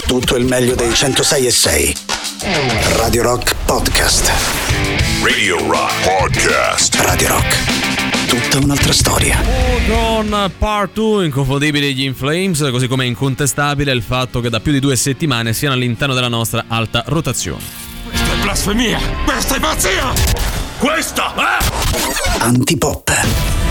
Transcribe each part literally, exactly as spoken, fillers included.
tutto il meglio dei centosei e sei. Radio Rock Podcast. Radio Rock Podcast. Radio Rock. Tutta un'altra storia. Con Part due, inconfondibili gli In Flames, così come incontestabile il fatto che da più di due settimane siano all'interno della nostra alta rotazione. Questa è blasfemia! Questa è pazzia! Questa è... Antipop.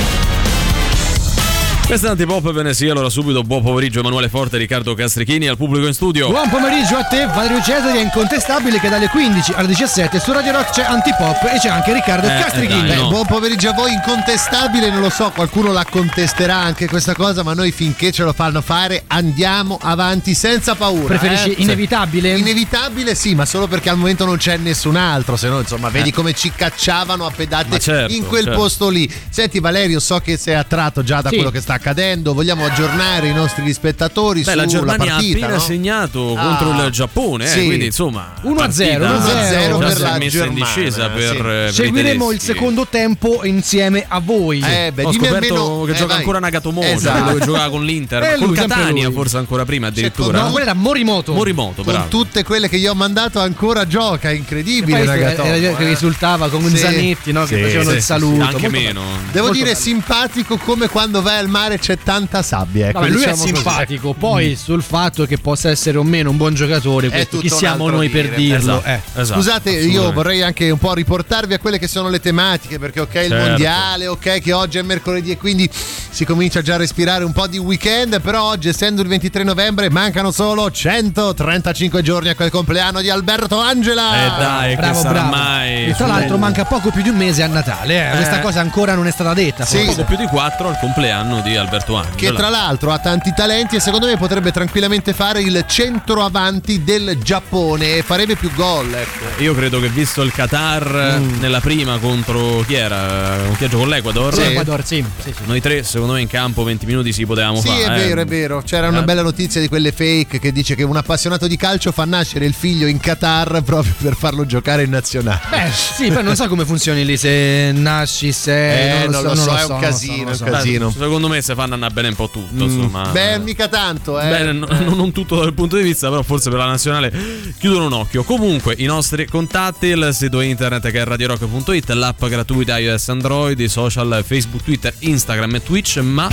Questa è Antipop, ve ne sia. Allora subito buon pomeriggio Emanuele Forte, Riccardo Castrichini, al pubblico in studio. Buon pomeriggio a te Valerio Cesari. È incontestabile che dalle quindici alle diciassette su Radio Rock c'è Antipop e c'è anche Riccardo Eh, Castrichini. eh, dai, no. Buon pomeriggio a voi, incontestabile, non lo so, qualcuno la contesterà anche questa cosa, ma noi finché ce lo fanno fare andiamo avanti senza paura. Preferisci eh? inevitabile? Inevitabile sì, ma solo perché al momento non c'è nessun altro, se no insomma vedi Eh. come ci cacciavano a pedate Ma certo, in quel certo. posto lì. Senti Valerio, so che sei attratto già da Sì. quello che sta accadendo, vogliamo aggiornare i nostri spettatori Beh, sulla la Germania partita, ha appena no? segnato Ah. contro il Giappone, eh, Sì. quindi insomma uno a zero, partita uno a zero già per si la è messa Germania, in discesa per, sì. eh, per i Seguiremo il tedeschi. secondo tempo insieme a voi. Eh, beh, Ho dimmi scoperto almeno che eh, gioca vai. ancora Nagatomo, Esatto. quello che giocava con l'Inter, Eh, con lui, sempre Catania lui. forse ancora prima addirittura. no, No, quello era Morimoto. Morimoto, Con bravo. tutte quelle che gli ho mandato ancora gioca, E incredibile poi Nagatomo, era- era- che eh. risultava con un Sì. Zanetti, no? Che Sì, facevano sì, il sì, saluto. anche Molto meno. bello. Devo Molto dire bello. simpatico come quando vai al mare c'è tanta sabbia. Ecco, Vabbè, lui diciamo è così. simpatico, poi sul fatto che possa essere o meno un buon giocatore, questo, chi tutto un siamo altro noi dire. per dirlo? Esatto, Eh. esatto, Scusate, io assolutamente. vorrei anche un po' riportarvi a quelle che sono le tematiche, perché ok il Certo. mondiale, ok che oggi è mercoledì e quindi si comincia già a respirare un po' di weekend, però oggi essendo il ventitré novembre mancano solo centotrentacinque giorni a quel compleanno di Alberto Angela. Eh dai, Bravo, che sarà bravo. mai. E tra l'altro manca poco più di un mese a Natale, eh. Questa cosa ancora non è stata detta. Sì. forse. poco più di quattro al compleanno di Alberto Angela. Che tra l'altro ha tanti talenti e secondo me potrebbe tranquillamente fare il centroavanti del Giappone e farebbe più gol, ecco. Io credo che visto il Qatar nella prima contro chi era? Un viaggio con l'Ecuador? Sì. Ecuador, sì, sì, sì. Noi tre, secondo me, in campo venti minuti si potevamo Sì, fare. è eh. vero, è vero. C'era una Eh. bella notizia di quelle fake che dice che un appassionato di calcio fa nascere il figlio in Qatar proprio per farlo giocare in nazionale. Beh, sì, poi non so come funzioni lì, se nasci, se... Eh, non lo so, è un non casino, non è un so. casino. Secondo me si fanno andare bene un po' tutto, insomma. Beh, mica tanto, eh. Bene, no- non tutto dal punto di vista, però forse per la nazionale chiudono un occhio. Comunque, i nostri contatti, il sito internet che è radio rock punto it, l'app gratuita iOS Android, i social Facebook, Twitter, Instagram e Twitch, ma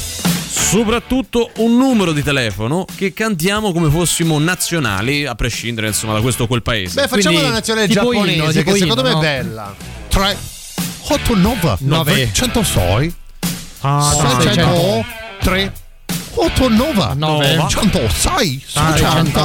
soprattutto un numero di telefono che cantiamo come fossimo nazionali, a prescindere insomma da questo o quel paese. Beh, facciamo Quindi, la nazionale tipo giapponese, inno, che tipo secondo inno, me è no? bella. tre otto nove Nove. centosei Ah, seicento tre otto nove Nove. centosei seicento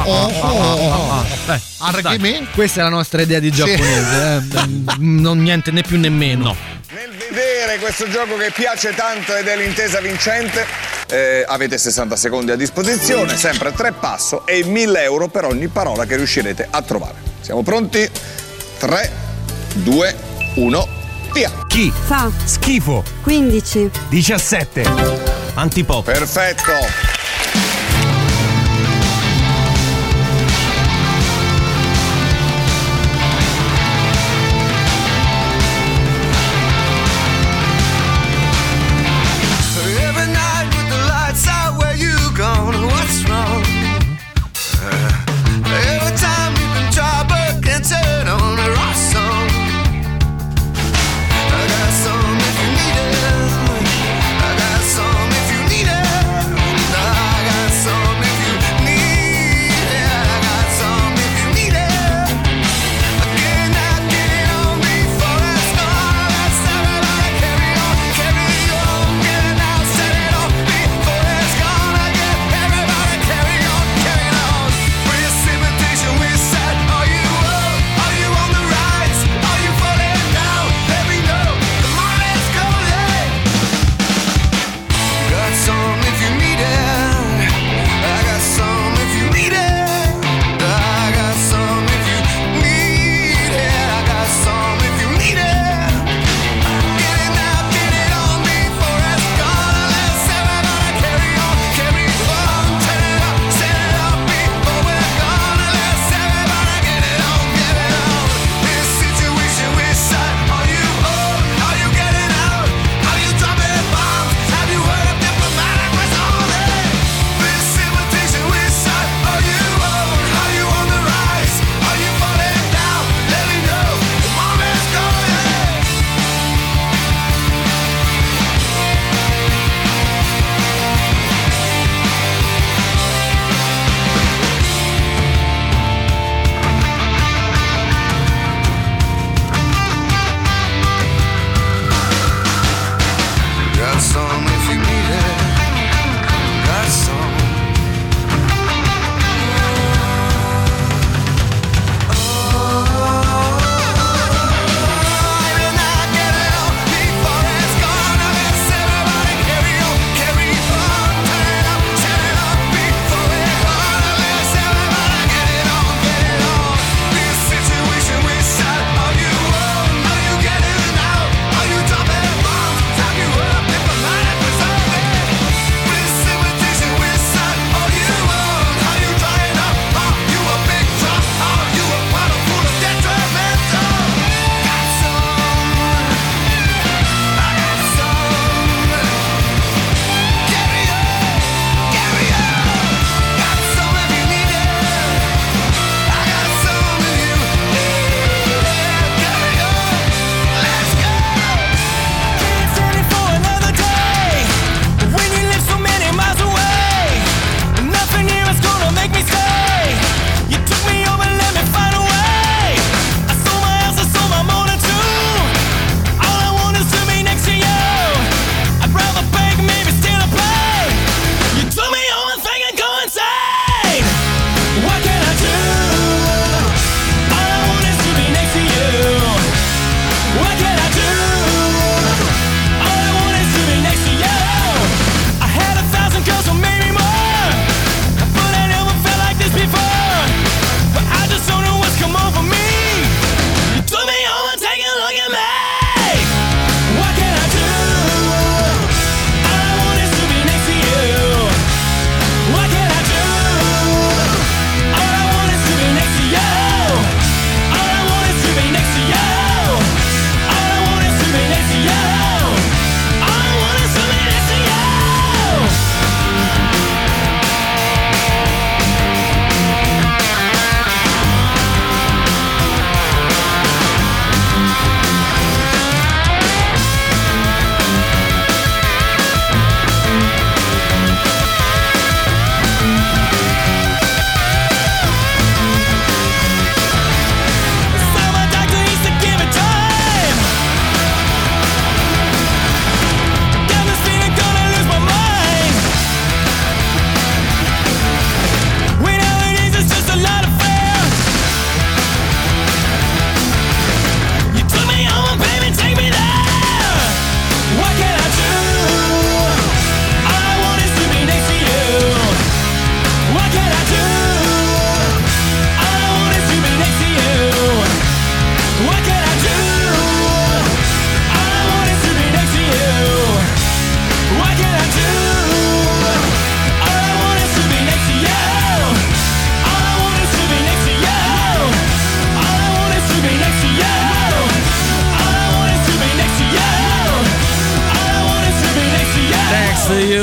Dai, Arghi me? Questa è la nostra idea di giapponese, eh. Non niente né più né meno. No. Nel vedere questo gioco che piace tanto ed è l'intesa vincente, eh, avete sessanta secondi a disposizione, sempre tre passo e mille euro per ogni parola che riuscirete a trovare. Siamo pronti? tre, due, uno, via! Chi? Fa Schifo. quindici. diciassette. Antipop. Perfetto! Every night with the lights out, where you gone? What's wrong? Every time you can try but can't turn on a rock song. I got some if you need it. I got some if you need it. I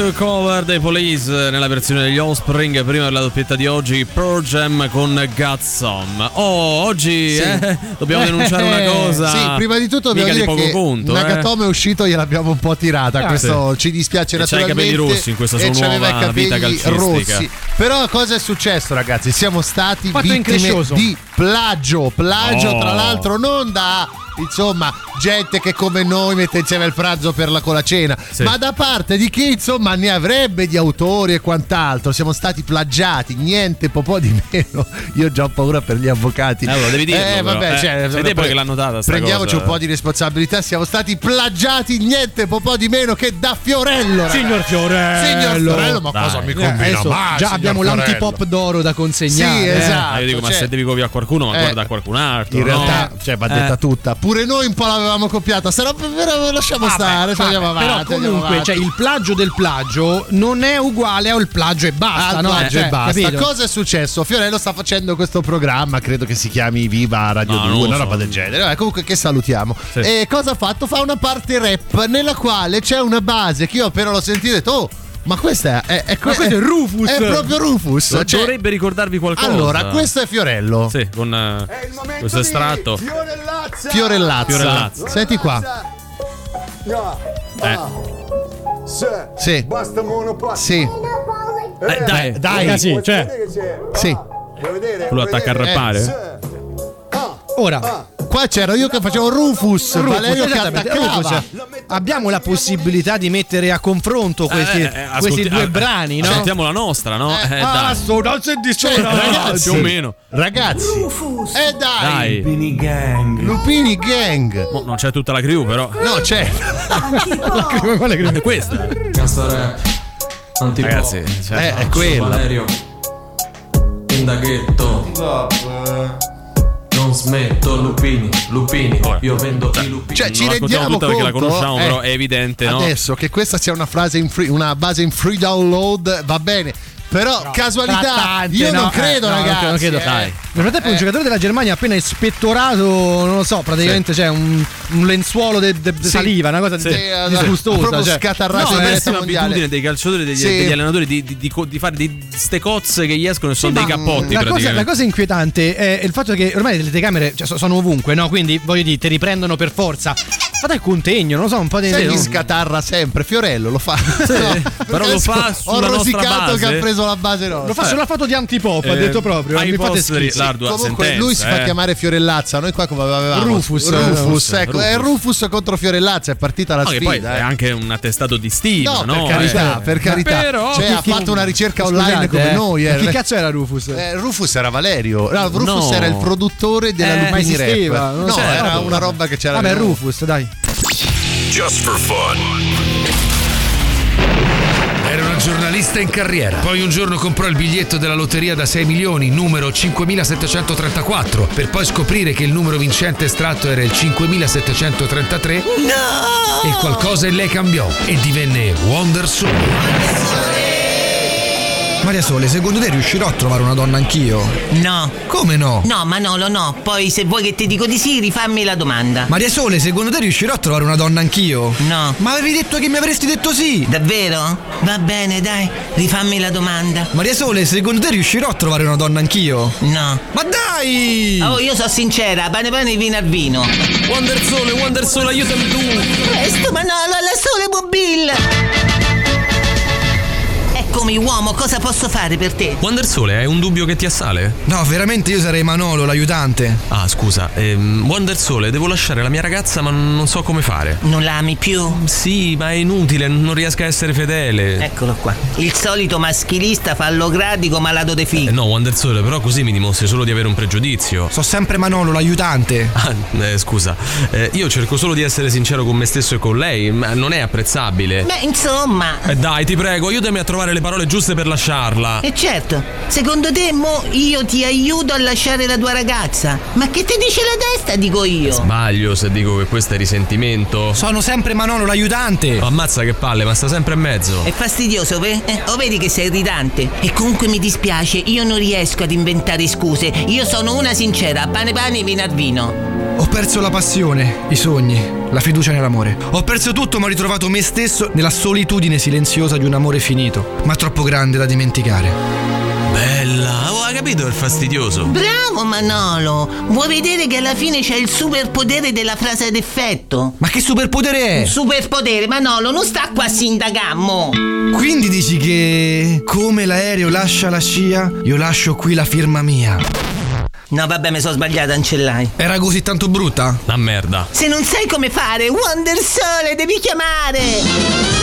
Undercover dei Police nella versione degli Offspring. Prima della doppietta di oggi, Pearl Jam con Got Some. Oh, oggi Sì. eh, dobbiamo denunciare una cosa. Sì, prima di tutto dobbiamo mica dire di poco che conto, Nakatomi eh. è uscito, gliel'abbiamo un po' tirata. Ah, Questo ci dispiace E c'ha i naturalmente. capelli rossi in questa sua e c'aveva nuova i capelli vita calcistica. rossi. Però cosa è successo, ragazzi? Siamo stati Fatto vittime increscioso. di plagio. Plagio, Oh. tra l'altro, non da insomma gente che come noi mette insieme il pranzo per la colazione, Sì. ma da parte di chi insomma ne avrebbe di autori e quant'altro. Siamo stati plagiati, niente po' po' di meno. Io ho già paura per gli avvocati. Eh, allora, devi dirlo, Eh, però. vabbè, Eh, cioè, sei te poi che l'ha notata sta prendiamoci cosa. un po' di responsabilità. Siamo stati plagiati, niente po' po' di meno che da Fiorello, ragazzi. Signor Fiorello. Signor Fiorello, ma Dai. cosa mi Eh, combina adesso mai, già signor abbiamo Fiorello? l'antipop d'oro da consegnare. Sì, eh. esatto. Eh, io dico, ma cioè- se devi copiare qualcuno, ma Eh. guarda qualcun altro. In no? realtà, cioè, va detta Eh. tutta. Pure noi un po' l'avevamo copiata. Se no, però lasciamo stare. cioè, andiamo Però avanti. andiamo comunque, avanti. cioè, il plagio del plagio non è uguale al plagio e basta, Al no? plagio Cioè, e basta. capito? Cosa è successo? Fiorello sta facendo questo programma, credo che si chiami Viva Radio No, non due, lo una so. roba del genere. Vabbè, comunque che salutiamo. Sì. E cosa ha fatto? Fa una parte rap nella quale c'è una base che io appena l'ho sentita ho detto, oh, ma questa è, è, Ma questo è Rufus. È proprio Rufus. Do- Cioè, Dovrebbe ricordarvi qualcosa. allora, questo è Fiorello. Sì, con eh, questo estratto. Fiorellazza. Fiorellazza. Fiorellazza. Senti qua. No. Eh. Se. Sì. Basta monopasso. Sì, Eh, dai, dai. Ragazzi, cioè, sì. Vuoi vedere? Lo attacca a rappare? Se. Ah. ora Qua c'ero io che facevo Rufus, Rufus, Valerio che esattamente, attaccava. Rufus. Abbiamo la possibilità di mettere a confronto questi, Eh, eh, ascolti- questi due eh, brani, no? Sentiamo la nostra, no? Eh, Ah, dai. so, non senti Cioè, solo, ragazzi, più o meno. Ragazzi, eh dai, Dai. Lupini Gang. Lupini Gang. Mo non c'è tutta la crew, però. No, c'è. Quale credo? È questa. Gangsta rap, antipop, Ragazzi, cioè, Eh, è quella. Valerio, Indaghetto, non smetto, Lupini, Lupini, io vendo i lupini. Cioè, ci non l'ascoltiamo rendiamo tutta perché la conto, conosciamo, eh, però è evidente, no? Adesso che questa sia una frase in free, una base in free download va bene. Però casualità, Trattante, io no? non credo, Eh, no, ragazzi. non credo. eh. Dai. Nel frattempo un giocatore della Germania ha appena ispettorato, non lo so, praticamente c'è un, un lenzuolo di Sì. saliva, una cosa Sì, di- eh, disgustosa. proprio cioè. scatarrato No, in è- diretta Pessima mondiale. abitudine dei calciatori, degli, Sì. degli allenatori di, di- di co- di fare di ste cozze che gli escono e sono Sì, dei ma cappotti la cosa, praticamente. la cosa inquietante è il fatto che ormai le telecamere cioè, so- sono ovunque, no? Quindi voglio dire, ti riprendono per forza. Fate il contegno, non lo so, un po' di. Sai chi no? scatarra sempre? Fiorello lo fa. No, però lo fa ho sulla nostra rosicato base. che ha preso la base nostra. Lo fa sulla foto di Antipop, ha Eh, detto proprio. ai Mi fate posteri, schifo. l'ardua Comunque sentenza, lui si fa eh. chiamare Fiorellazza, noi qua come avevamo Rufus. Rufus, ecco, Rufus. è Rufus contro Fiorellazza, è partita la No, che sfida. poi eh. è anche un attestato di stima, No, no? per carità, Eh. per carità. Però- cioè, ha Chi- fatto una ricerca online Scusate, come eh, noi. ma eh. chi cazzo era Rufus? Eh, Rufus era Valerio. No, Rufus No. era il produttore della Eh, ma Lupini esisteva, Rap. non lo No, so, era vabbè. una roba che c'era. Vabbè, nel- Rufus, dai. Just for fun. Era una giornalista in carriera. Poi un giorno comprò il biglietto della lotteria da sei milioni, numero cinquemilasettecentotrentaquattro, per poi scoprire che il numero vincente estratto era il cinquemilasettecentotrentatré. No! E qualcosa in lei cambiò e divenne Wonder Soul. Maria Sole, secondo te riuscirò a trovare una donna anch'io? No. Come no? No, Manolo, no. Poi se vuoi che ti dico di sì, rifammi la domanda. Maria Sole, secondo te riuscirò a trovare una donna anch'io? No. Ma avevi detto che mi avresti detto sì! Davvero? Va bene, dai, rifammi la domanda. Maria Sole, secondo te riuscirò a trovare una donna anch'io? No. Ma dai! Oh, io sono sincera, pane pane vino al vino. Wonder Sole, Wonder Sole, aiutami tu! Presto, Manolo, alla sole mobile! Eccomi, uomo, cosa posso fare per te? Wonder Sole, hai un dubbio che ti assale? No, veramente io sarei Manolo, l'aiutante. Ah, scusa, ehm, Wonder Sole, devo lasciare la mia ragazza ma non so come fare. Non la ami più? Sì, ma è inutile, non riesco a essere fedele. Eccolo qua. Il solito maschilista fallocratico malato de figo. Eh, no, Wonder Sole, però così mi dimostri solo di avere un pregiudizio. So sempre Manolo, l'aiutante. Ah, eh, scusa, eh, io cerco solo di essere sincero con me stesso e con lei, ma non è apprezzabile. Beh, insomma. Eh dai, ti prego, aiutami a trovare le parole giuste per lasciarla. E certo, secondo te mo io ti aiuto a lasciare la tua ragazza? Ma che ti dice la testa, dico io? Sbaglio se dico che questo è risentimento. Sono sempre Manolo, l'aiutante. Oh, ammazza che palle, ma sta sempre in mezzo. È fastidioso, ve? Eh, o vedi che sei irritante? E comunque mi dispiace, io non riesco ad inventare scuse. Io sono una sincera, pane pane, vino al vino. Ho perso la passione, i sogni, la fiducia nell'amore. Ho perso tutto, ma ho ritrovato me stesso nella solitudine silenziosa di un amore finito, ma troppo grande da dimenticare. Bella, oh, hai capito il fastidioso? Bravo Manolo! Vuoi vedere che alla fine c'è il superpotere della frase ad effetto? Ma che superpotere è? Un superpotere, Manolo, non sta qua a sindagammo! Quindi dici che come l'aereo lascia la scia, io lascio qui la firma mia. No, vabbè, mi sono sbagliata, Ancellai. Era così tanto brutta? La merda. Se non sai come fare, Wonder Sole, devi chiamare!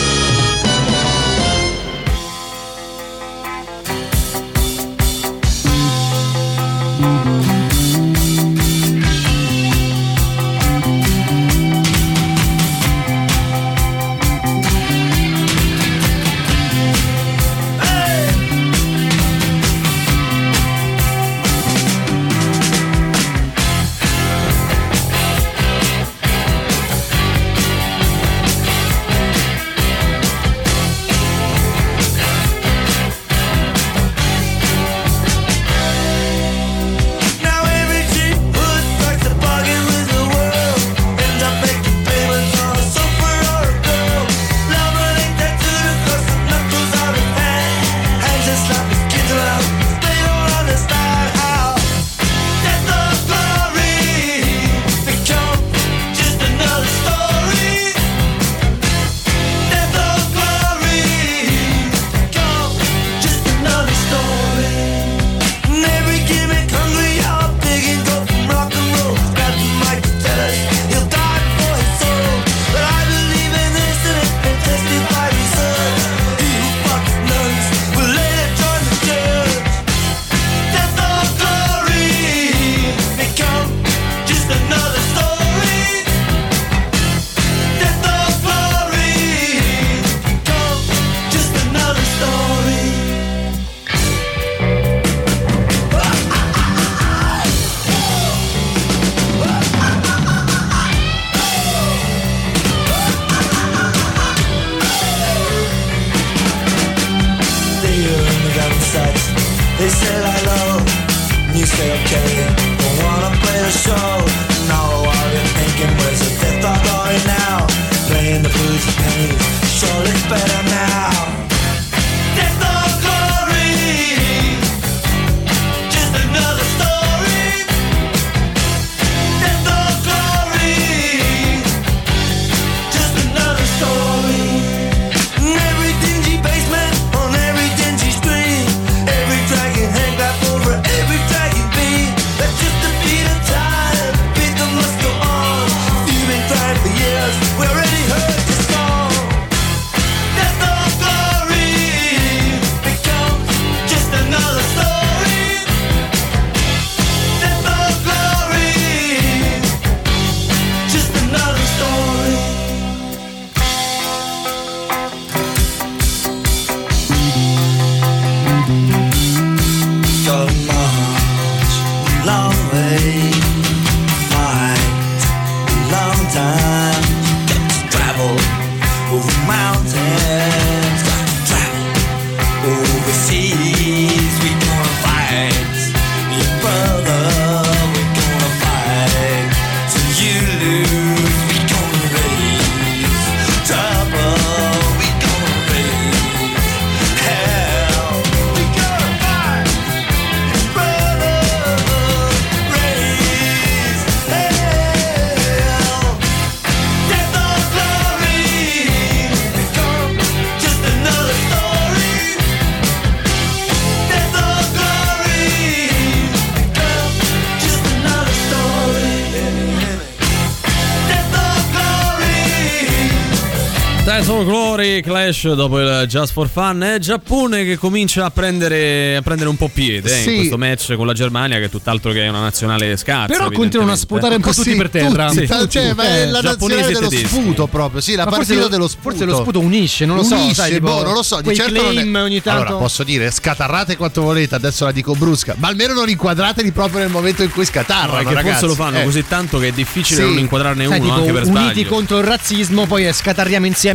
Sono Glory, Clash dopo il Just for Fun. È Giappone che comincia a prendere, a prendere un po' piede eh, sì. in questo match con la Germania, che è tutt'altro che una nazionale scarsa. Però continuano a sputare un po' tutti sì, per terra. Tutti, Sì, cioè, tutti. ma è la nazionale dello tedeschi. sputo proprio. Sì, la Ma partita forse lo, dello sputo. Forse lo sputo unisce, non lo so. Unisce, sai, tipo, boh, non lo so. Di quei certo claim non è... ogni tanto. Allora, posso dire, scatarrate quanto volete, adesso la dico brusca, ma almeno non inquadrateli proprio nel momento in cui scatarrano, no, che ragazzi. forse lo fanno eh. così tanto che è difficile sì. non inquadrarne sai, uno tipo, anche per uniti sbaglio. contro il razzismo, poi scatarriamo insieme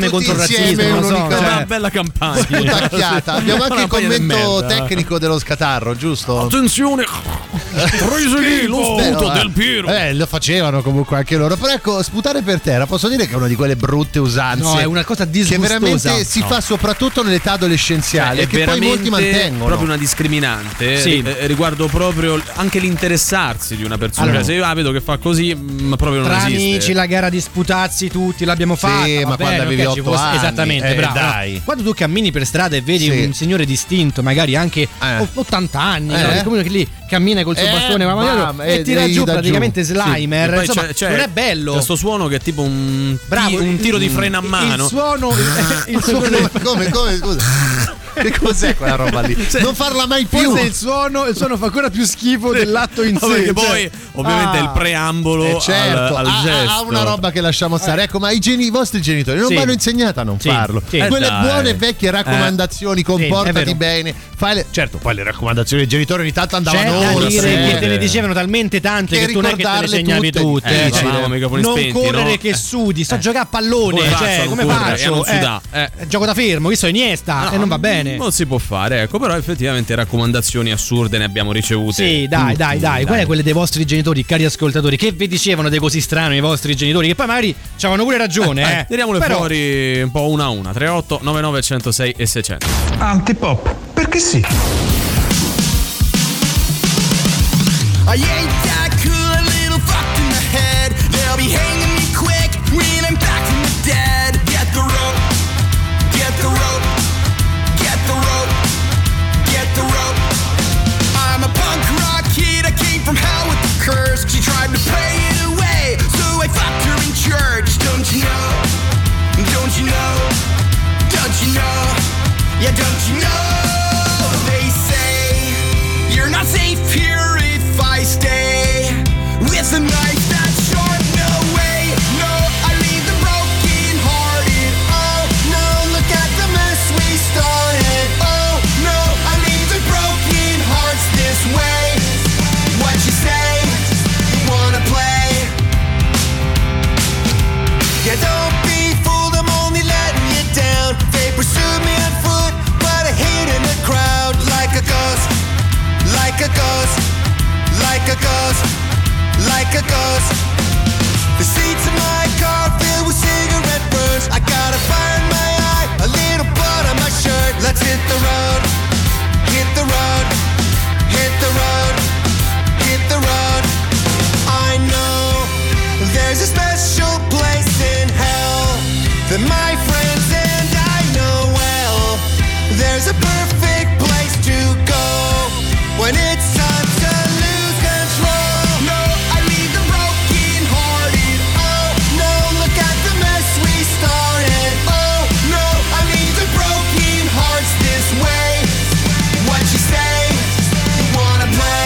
insieme contro il razzismo, non lo so, un'unica- cioè. Una bella campagna. Sputacchiata. Abbiamo anche Una il paia di commento merda. tecnico dello scatarro, giusto? Attenzione, prese lì lo Beh, sputo no, del Piero. Eh, lo facevano comunque anche loro. Però ecco, sputare per terra, posso dire che è una di quelle brutte usanze. No, è una cosa che disgustosa. veramente si No. fa soprattutto nell'età adolescenziale, È che poi molti mantengono. proprio una discriminante Sì. eh, riguardo proprio anche l'interessarsi di una persona. Allora, Cioè, se io ah, vedo che fa così, ma proprio non Tra esiste. amici la gara di sputarsi tutti l'abbiamo Sì, fatta. ma va quando bene, avevi ok, ci otto fosse- anni, Esattamente, eh, bravo. dai. No? Quando tu cammini per strada e vedi Sì. un signore distinto, magari anche Eh. ottanta anni, Eh. no? Che comunque lì cammina col suo Eh, bastone ma magari- bam, e e tira gli giù dà giù. praticamente Sì. Slimer. E poi Insomma, c'è- c'è non è bello. Questo suono che è tipo un, Bravo, un tiro di freno a il- mano. Il suono, il suono come, come, come, scusa. Che cos'è quella roba lì? Non farla mai più. Forse il suono, il suono fa ancora più schifo dell'atto in No, sé. perché cioè- poi ovviamente Ah. è il preambolo Eh, certo, al, al ha, gesto. ha una roba che lasciamo stare. Ecco, ma i, geni- i vostri genitori non Sì. vi hanno insegnato a non Sì, farlo. sì. Quelle Eh, dai. buone vecchie raccomandazioni, è comportati vero. bene. Fai le... Certo, poi le raccomandazioni dei genitori ogni tanto andavano C'è da ora. dire sì. che te ne dicevano talmente tante Che che, tu non è che te le ricordarle segnavi tutte è tutte. difficile. eh, cioè, Eravamo microfoni non spenti, correre no? che sudi, sto a giocare a pallone. Come faccio a Cioè, non come correre? faccio? Eh, non si Eh, dà, eh. Gioco da fermo, io so Iniesta e non va bene. Non si può fare, ecco, però effettivamente raccomandazioni assurde ne abbiamo ricevute. Sì, dai, dai, tutti, dai. Qual è quelle dei vostri genitori, cari ascoltatori? Che vi dicevano dei così strani i vostri genitori? Che poi magari c'avevano pure ragione, eh. Tiriamole Però- fuori un po' una a una. trentotto novantanove centosei e seicento. Antipop, perché sì. I ain't that cool, a little fucked in the head. They'll be hanging me quick when I'm back from the dead. Get the rope, get the rope, get the rope, get the rope. I'm a punk rock kid, I came from hell with the curse. She tried to pray it away, so I fucked her in church. Don't you know, don't you know, don't you know, yeah, don't you know. They say you're not safe here if I stay with a knife that's sharp. No way, no, I leave the broken hearted. Oh no, look at the mess we started. Oh no, I leave the broken hearts this way. What you say? You wanna play? Yeah, don't be fooled, I'm only letting you down. They pursued me on foot, but I hid in the crowd like a ghost, like a ghost, like a ghost, like a ghost. The seats of my car filled with cigarette burns. I got a fire in my eye, a little blood on my shirt. Let's hit the road, hit the road, hit the road, hit the road. I know there's a special place in hell that my friends and I know well. There's a perfect place to go when it's time to lose control. No, I leave the broken hearted. Oh no, look at the mess we started. Oh no, I leave the broken hearts this way. What you say? You wanna play?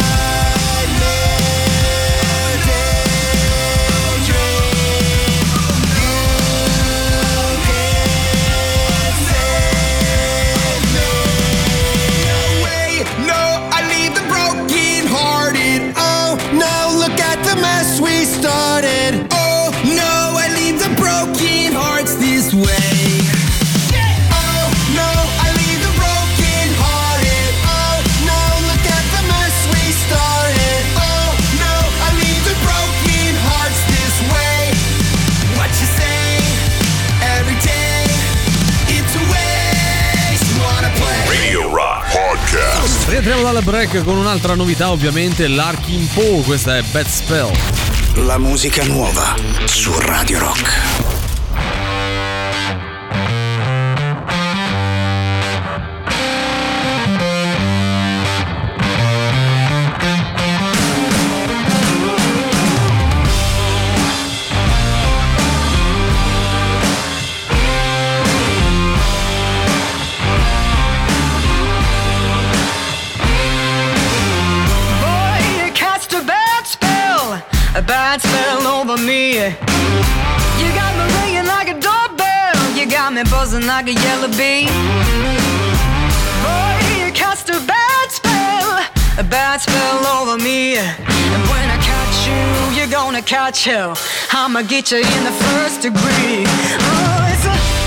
No, I leave the broken hearted. Oh no, look at the mess we started. Oh no, I leave the broken hearts this way. Oh no, I leave the broken hearted. Oh no, look at the mess we started. Oh no, I leave the broken hearts this way. What you say? Every day, it's a waste. You wanna play? Radio Rock Podcast. Rientriamo dalla break con un'altra novità, ovviamente l'Arkin Po. Questa è Bad Spell. La musica nuova su Radio Rock. Boy, you cast a bad spell, a bad spell over me. You got me ringing like a doorbell, you got me buzzing like a yellow bee. Boy, you cast a bad spell, a bad spell over me. And when I catch you, you're gonna catch hell. I'ma get you in the first degree. Oh, it's a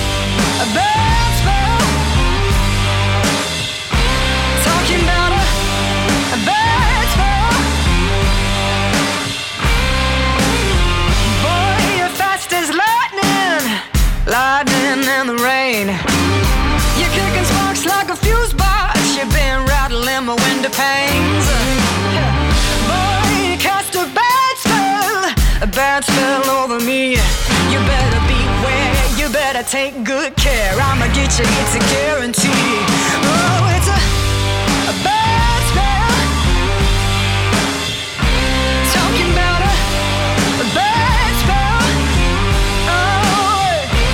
pangs. Boy, you cast a bad spell, a bad spell over me. You better beware, you better take good care. I'ma get you, it's a guarantee. Oh, it's a, a bad spell. Talking about a, a bad spell. Oh,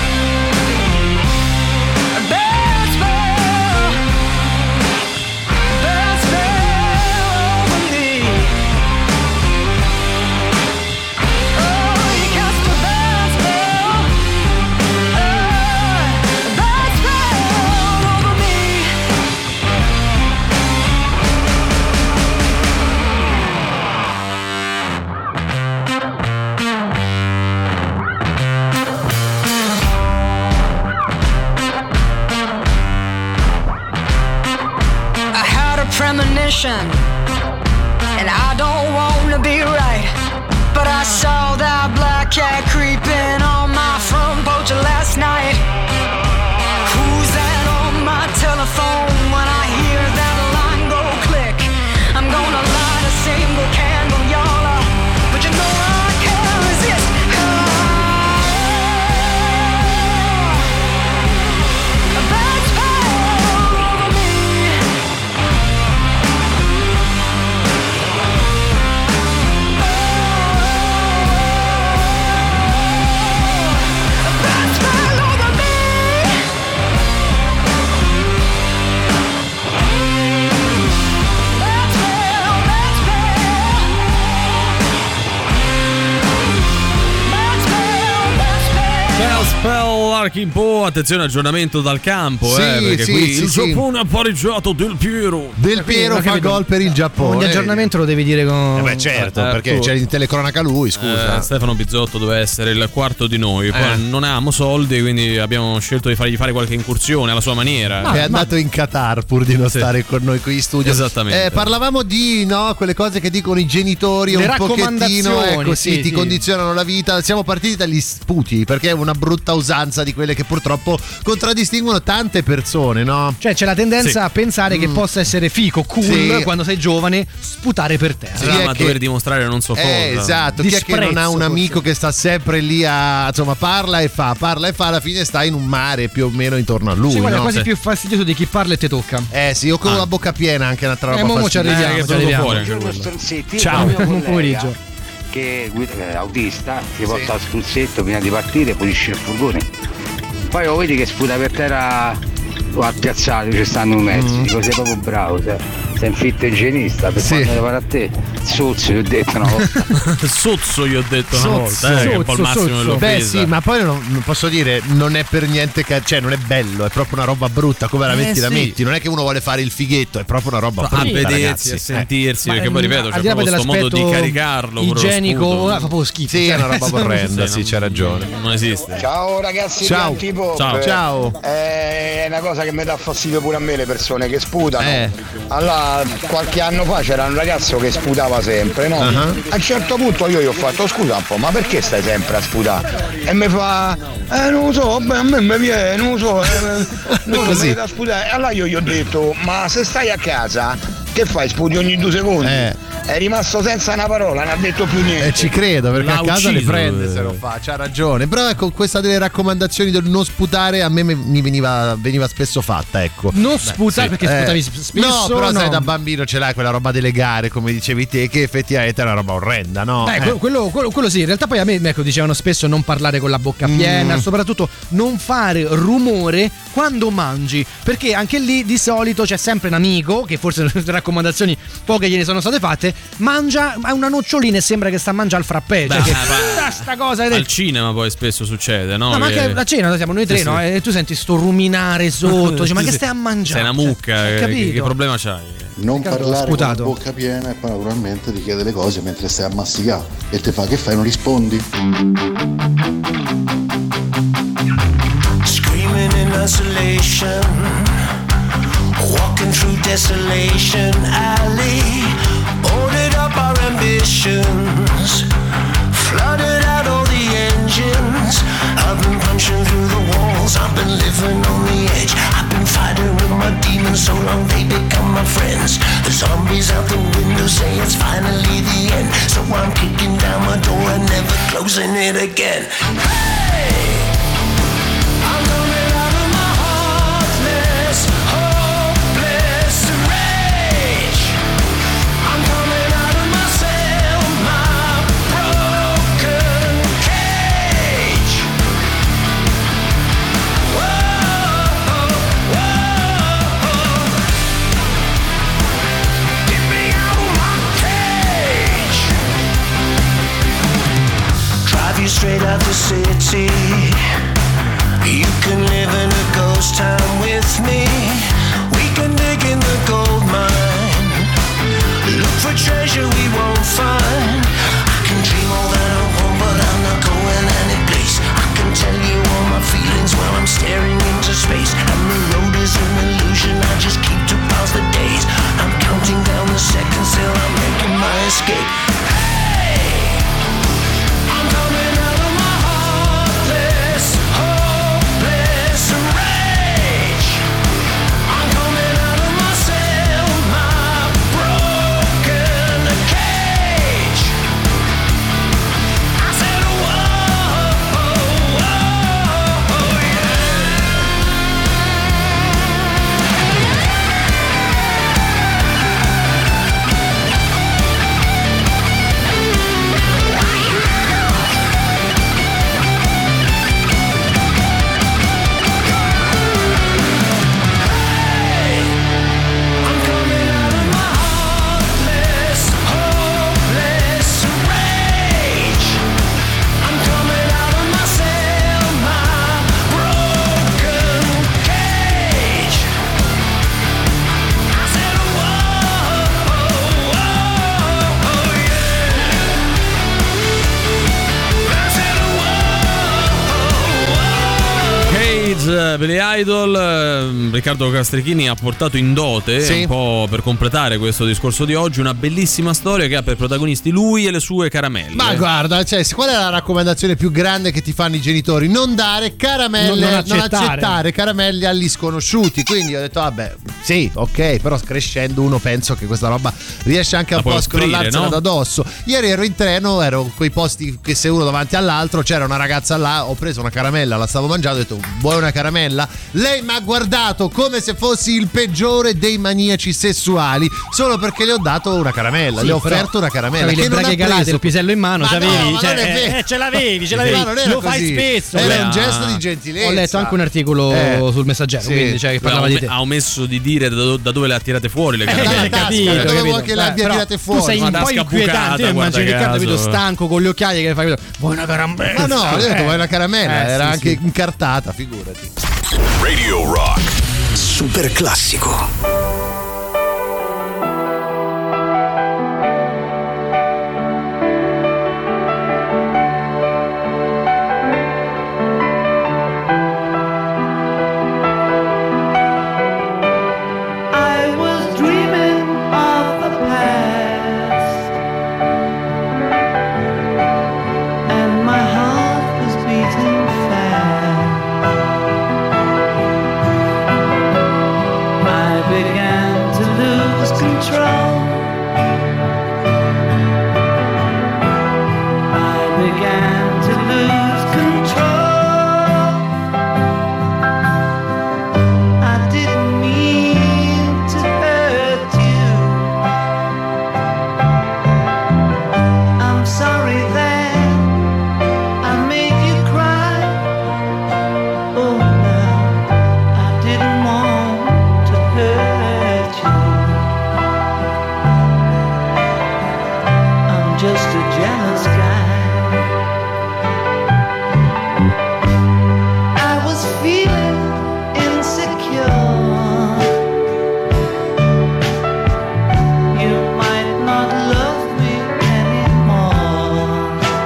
a bad spell. Bad spell over me. Oh, you cast a bad spell. Oh, a bad spell over me. I had a premonition, and I don't wanna be right, but I saw that black cat creeping on my front porch last night. Who's that on my telephone? When I hear that line go click, I'm gonna light a single candle, y'all, uh, but you know I can't resist. Ah, a bad spell over me. Spell Larkin Poe, attenzione, aggiornamento dal campo, Sì, eh, perché sì, qui sì, il sì. Giappone ha pareggiato Del Piero. Del Piero fa gol per il Giappone. Ogni aggiornamento lo devi dire con. Eh beh, certo, Eh, perché tu- c'è in telecronaca lui, scusa. Eh, Stefano Bizzotto doveva essere il quarto di noi, poi Eh. non avevamo soldi, quindi abbiamo scelto di fargli fare qualche incursione alla sua maniera. È andato in Qatar pur di non Sì. stare con noi qui in studio. Esattamente. Eh, parlavamo di no, quelle cose che dicono i genitori Le un pochettino, raccomandazioni, ecco, sì, sì, ti sì. condizionano la vita. Siamo partiti dagli sputi, perché è una brutta usanza di quelle che purtroppo contraddistinguono tante persone, no? Cioè c'è la tendenza Sì. a pensare che Mm. possa essere fico, cool, Sì. quando sei giovane, sputare per terra. Sì, chi è ma che- dover dimostrare non so cosa. Eh, esatto, chi è che non ha Disprezzo, un amico forse. che sta sempre lì a insomma parla e fa, parla e fa, alla fine sta in un mare più o meno intorno a lui. Sì, guarda, è no? quasi più fastidioso di chi parla e te tocca. Eh sì, o con la bocca piena anche un'altra roba. Eh, mo, mo ci fastidiosa. arriviamo, Eh, che ci è venuto arriviamo. fuori anche Buongiorno quello. Stronzetti, Ciao. io ho un Buon collega pomeriggio. che guida- è autista, si porta al spruzzetto prima di partire, pulisce il furgone. Poi lo vedi che sputa per terra o al piazzale, ci stanno i mezzi, Mm. dico sei proprio bravo, sei, sei un fitto igienista, per Sì. quando le pare a te, sozzo, gli ho detto una volta. Sozzo gli ho detto una Sozzo, volta, eh, che è un po' il sozzo, massimo sozzo. dell'offesa. Beh sì, ma poi non, non posso dire, non è per niente ca- cioè non è bello, è proprio una roba brutta, come la Eh, metti la sì. metti, non è che uno vuole fare il fighetto, è proprio una roba a brutta, vedersi, ragazzi. a sentirsi, Ma, perché poi ripeto, al c'è di là proprio questo modo di dell'aspetto caricarlo pure lo igienico, sputo. ah, fa proprio schifo. Sì, è una roba Cioè, orrenda, Sì, sì, non- c'è ragione. Non esiste. Ciao ragazzi Ciao. di Antipop. Ciao. Ciao. Eh, È una cosa che mi dà fastidio pure a me le persone che sputano. Eh. Allora, qualche anno fa c'era un ragazzo che sputava sempre, no? Uh-huh. A un certo punto io gli ho fatto scusa un po', ma perché stai sempre a sputare? E mi fa, eh non lo so, beh, a me mi viene, non lo so, eh, non lo so, Così. mi da sputare. E allora io gli ho detto, ma se stai a casa, che fai? Sputi ogni due secondi? Eh. È rimasto senza una parola, non ha detto più niente. E ci credo, perché L'ha a casa le ucciso, prende eh. se lo fa, c'ha ragione. Però ecco, questa delle raccomandazioni del non sputare a me mi mi veniva, veniva spesso fatta, ecco. Non sputare Sì. perché sputavi Eh, spesso. No, però no. sai, da bambino ce l'hai quella roba delle gare, come dicevi te, che effettivamente è una roba orrenda, no? Eh, Eh. que- quello, quello- quello sì, in realtà poi a me ecco, dicevano spesso non parlare con la bocca piena, Mm. soprattutto non fare rumore quando mangi, perché anche lì di solito c'è sempre un amico, che forse le raccomandazioni poche gliene sono state fatte, mangia ha una nocciolina e sembra che sta a mangiare il frappè. Cioè Beh, che, ma- ah, sta cosa Al cinema poi spesso succede, no? No, ma Che- anche a cena noi siamo noi tre, Sì, no? sì. E tu senti sto ruminare sotto, dici, ma Sì, che sì. stai a mangiare? Sei una mucca, Cioè, che, capito? che problema c'hai? Non Riccardo, parlare con la sputato. bocca piena e poi naturalmente ti chiede le cose mentre stai a masticare e ti fa che fai, non rispondi? Screaming in isolation, walking through desolation alley, boarded up our ambitions, flooded out all the engines. I've been punching through the walls, I've been living on the edge, I've been fighting with my demons so long they become my friends. The zombies losing it again. Hey, I'm coming out of my heartless, hopeless rage. I'm coming out of myself, my broken cage. Whoa, whoa, get me out of my cage. Drive you straight out the city. You can live in a ghost town with me. We can dig in the gold mine. Look for treasure we won't find. I can dream all that I want, but I'm not going any place. I can tell you all my feelings while I'm staring into space. And the road is an illusion, I just keep to pass the days. I'm counting down the seconds till I'm making my escape. Hey, I'm coming out of my heartless, hopeless rage. I'm coming out of myself, my broken cage. I said, whoa, whoa, yeah. I'm coming out of my heartless, hopeless rage. I'm coming out of myself, my broken cage. I said, whoa, whoa, yeah. I said, whoa, Cage, Billy Idol. eh, Riccardo Castrichini ha portato in dote, Sì. un po' per completare questo discorso di oggi, una bellissima storia che ha per protagonisti lui e le sue caramelle. Ma guarda, cioè, qual è la raccomandazione più grande che ti fanno i genitori? Non dare caramelle, Non- non, non accettare. accettare. caramelle agli sconosciuti. Quindi ho detto, vabbè, sì, ok, però crescendo uno penso che questa roba riesce anche La un po' puoi a scrollarsela offrire, no? da addosso. Ieri ero in treno, ero quei posti che se uno davanti all'altro, c'era una ragazza là, ho preso una caramella, la stavo mangiando, ho detto, vuoi una caramella? Lei mi ha guardato come se fossi il peggiore dei maniaci sessuali, solo perché le ho dato una caramella, Sì, le ho però offerto una caramella. avevi che le non braghe ha calate, preso. il pisello in mano, Ma ce no, l'avevi, ma cioè, non è eh, vero. eh, ce l'avevi, ce l'avevi. Ma non era Lo fai così. spesso. Era eh. un gesto di gentilezza. Ho letto anche un articolo Eh, sul Messaggero, sì. quindi, cioè, che parlava ha, di ome- te. ha omesso di dire da, do- da dove le ha tirate fuori le Eh, caramelle. hai capito, dove capito. vuoi che le Eh, abbia però tirate fuori? Tu sei Una un po' tasca inquietante, bucata, io immagino guarda Riccardo, caso. vedo stanco con gli occhiali che fai, vuoi una caramella? Ma no, ho detto vuoi una caramella, Eh, era sì, anche sì. incartata, figurati. Radio Rock. Super classico. I was dreaming of the past, and my heart was beating fast. I began to lose control. I began to lose control. I didn't mean to hurt you. I'm sorry that I made you cry. Oh no, I didn't want to hurt you. I'm just a jealous guy. I was feeling insecure. You might not love me anymore.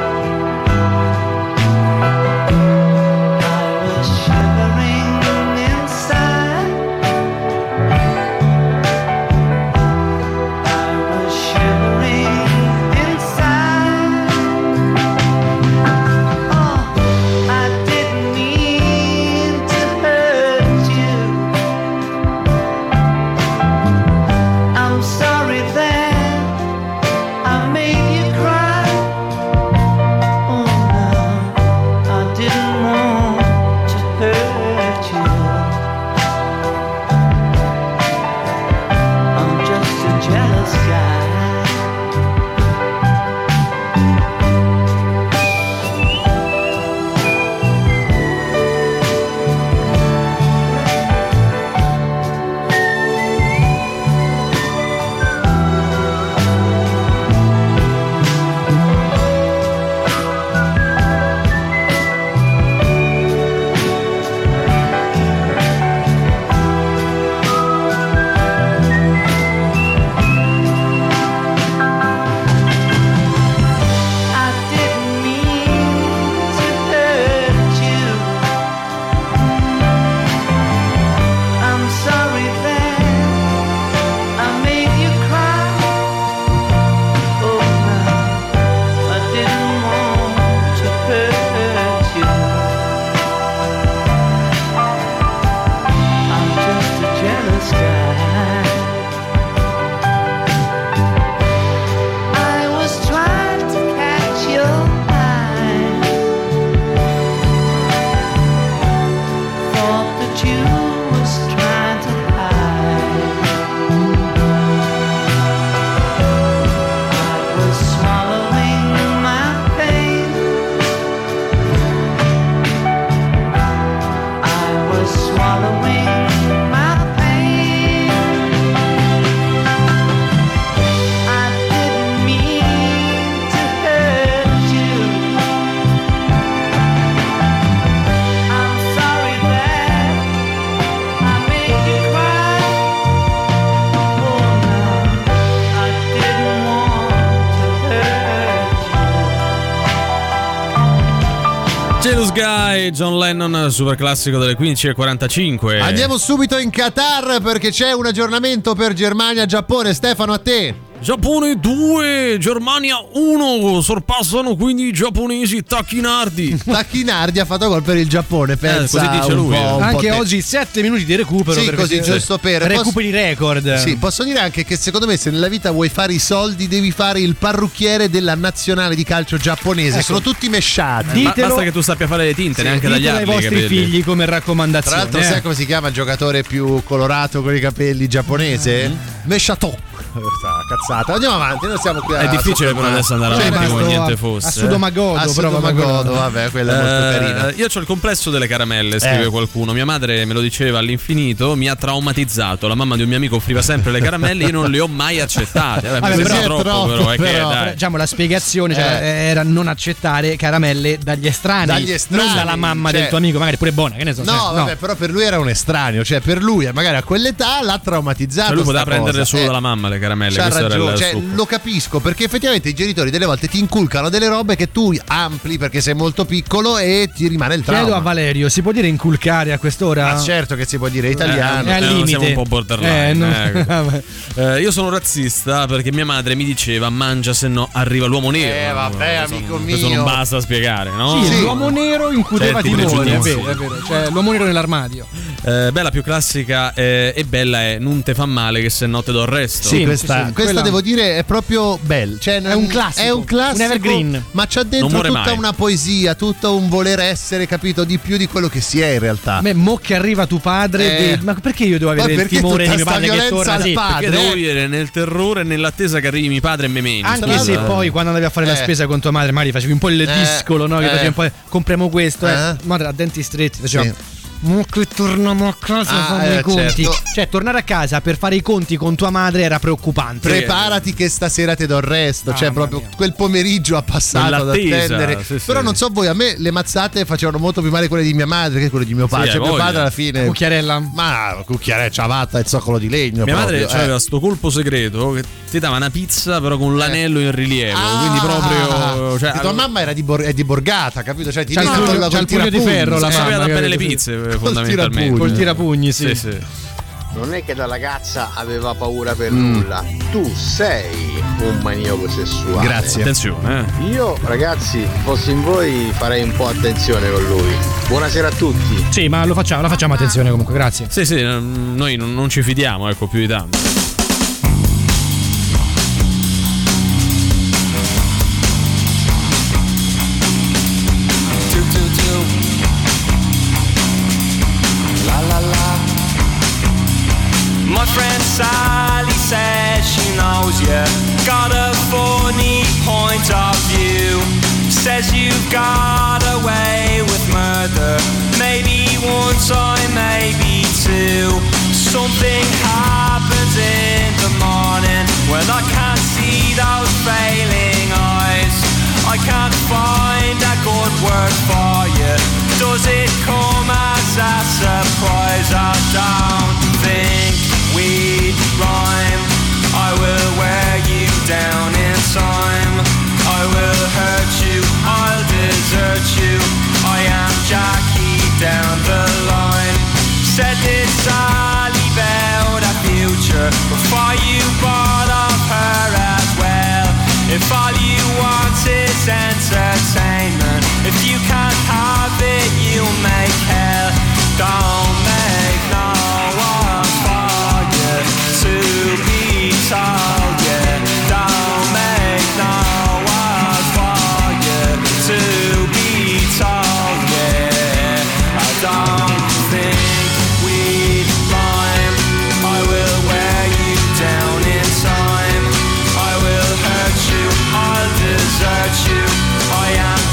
I was shivering inside. I was shivering inside. Guy, John Lennon, super classico delle quindici e quarantacinque. Andiamo subito in Qatar perché c'è un aggiornamento per Germania-Giappone. Stefano, a te. Giappone due, Germania uno, sorpassano quindi i giapponesi. Tacchinardi Tacchinardi ha fatto gol per il Giappone, pensa, eh, così dice lui. Un Anche te... oggi sette minuti di recupero. Sì, così giusto per recuperi posso... record. Sì, posso dire anche che secondo me se nella vita vuoi fare i soldi devi fare il parrucchiere della nazionale di calcio giapponese. Ecco. Sono tutti mesciati. Ditelo, basta che tu sappia fare le tinte, sì, neanche dagli altri. Ditelo ai vostri capelli. figli come raccomandazione. Tra l'altro, eh. sai come si chiama il giocatore più colorato con i capelli giapponese? Mm-hmm. Meshato. Cazzata. Andiamo avanti, noi siamo qui a È difficile però adesso andare cioè, avanti come niente a, fosse. A Sudomagodo, a Sudomagodo, vabbè, quella è molto carina. Io ho il complesso delle caramelle, scrive eh. qualcuno. Mia madre me lo diceva all'infinito, mi ha traumatizzato. La mamma di un mio amico offriva sempre le caramelle, io non le ho mai accettate. Vabbè, vabbè, mi però, troppo, troppo, però, è però, che, dai. Diciamo la spiegazione cioè, eh. era non accettare caramelle dagli estranei, dagli estranei, non dalla mamma cioè, del tuo amico, magari pure buona, che ne so. No, cioè, vabbè, no. però per lui era un estraneo, cioè per lui magari a quell'età l'ha traumatizzato. Cioè lui poteva prenderle cosa. solo eh. dalla mamma le caramelle. C'ha questo ragione, era il cioè, succo. lo capisco perché effettivamente i genitori delle volte ti inculcano delle robe che tu ampli perché sei molto piccolo e ti rimane il trauma. Chiedo a Valerio, si può dire inculcare a quest'ora? Ma certo che si può dire italiano. Eh, è al limite. Siamo un po' borderline. Eh, non... eh, eh, io sono razzista perché mia madre mi diceva mangia se no arriva l'uomo nero. Eh vabbè, questo, amico mio. Questo non basta spiegare, no? Sì, Sì. l'uomo nero incuteva Certi timore, è pregiudizi. vero, è vero. Cioè, l'uomo nero nell'armadio. Eh, beh, la più classica eh, e bella è non te fa male che se no te do il resto. Sì, questa, sì, sì, questa quella... devo dire è proprio bella. Cioè, è un classico, è un classico, un evergreen. Ma c'ha dentro Non muore tutta mai. una poesia, tutto un voler essere, capito, di più di quello che si è in realtà. A me mo che arriva tuo padre, Eh. di... ma perché io devo avere Ma il perché timore tutta di mio sta padre che violenza torna? al Sì, padre? Perché devo vivere nel terrore e nell'attesa che arrivi mio padre e me meni. anche se poi quando andavi a fare la Eh. spesa con tua madre magari facevi un po' il Eh. discolo, no? Che Eh. facevi un po', compriamo questo, eh. Eh. Madre a denti stretti faceva Sì. mo che torniamo a casa Ah, fanno eh, i conti. certo. Cioè tornare a casa per fare i conti con tua madre era preoccupante. Preparati che stasera ti do il resto. Cioè, Mamma proprio mia. quel pomeriggio ha passato ad Quell'attesa, attendere. sì, sì. Però non so voi, a me le mazzate facevano molto più male quelle di mia madre che quelle di mio padre. Sì, Cioè, hai mio voglia. padre alla fine. Cucchiarella. Ma cucchiarella, ciabatta e zoccolo di legno. Mia madre proprio, aveva eh. sto colpo segreto che ti dava una pizza però con l'anello in rilievo. Ah, quindi proprio. Cioè, che tua mamma era di, Bor- è di Borgata, capito? Cioè, ti C'ha il dice pugno- con la- c'ha col il pugno di tirapugni. ferro la sapeva mamma, da bene le capito? pizze Col fondamentalmente. tirapugno. Col tirapugni, sì. Sì, sì. Non è che la ragazza aveva paura per nulla, tu sei un maniaco sessuale. Grazie. Attenzione, eh. Io, ragazzi, fossi in voi farei un po' attenzione con lui. Buonasera a tutti. Sì, ma lo facciamo, la facciamo attenzione comunque, grazie. Sì, sì, noi non, non ci fidiamo, ecco, più di tanto. My friend Sally says she knows you got a funny point of view. Says you've got away with murder. Maybe one time, maybe two. Something happens in the morning when I can't see those failing eyes. I can't find a good word for you. Does it come as a surprise? I don't think we'd rhyme. I will wear you down in time. I will hurt you, I'll desert you. I am Jackie down the line. Said this Sally about a future before you bought of her as well. If all you want is entertainment, if you can't have it, you'll make hell. Don't make no one for you to be told, yeah. Don't make no one for you to be told, yeah. I don't think we'd rhyme. I will wear you down in time. I will hurt you, I'll desert you. I am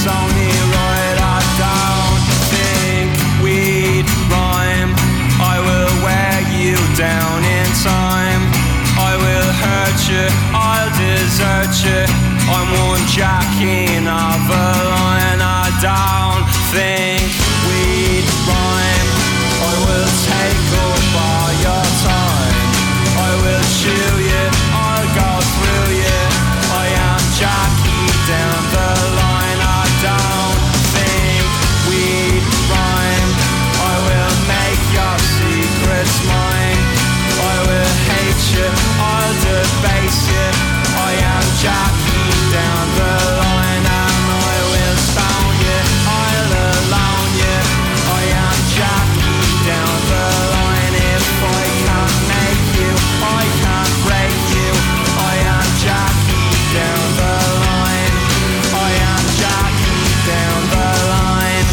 it's only right. I don't think we'd rhyme. I will wear you down in time. I will hurt you, I'll desert you. I'm one jacking of a line. I don't think we'd rhyme. I will take up all your time. I will chew you, I'll go through you. I am Jackie down the line. I don't think we'd rhyme. I will make your secrets mine. I will hate you, I'll debase you. I am Jackie down the line. And I will stone you, I'll alone you. I am Jackie down the line. If I can't make you, I can't break you. I am Jackie down the line. I am Jackie down the line.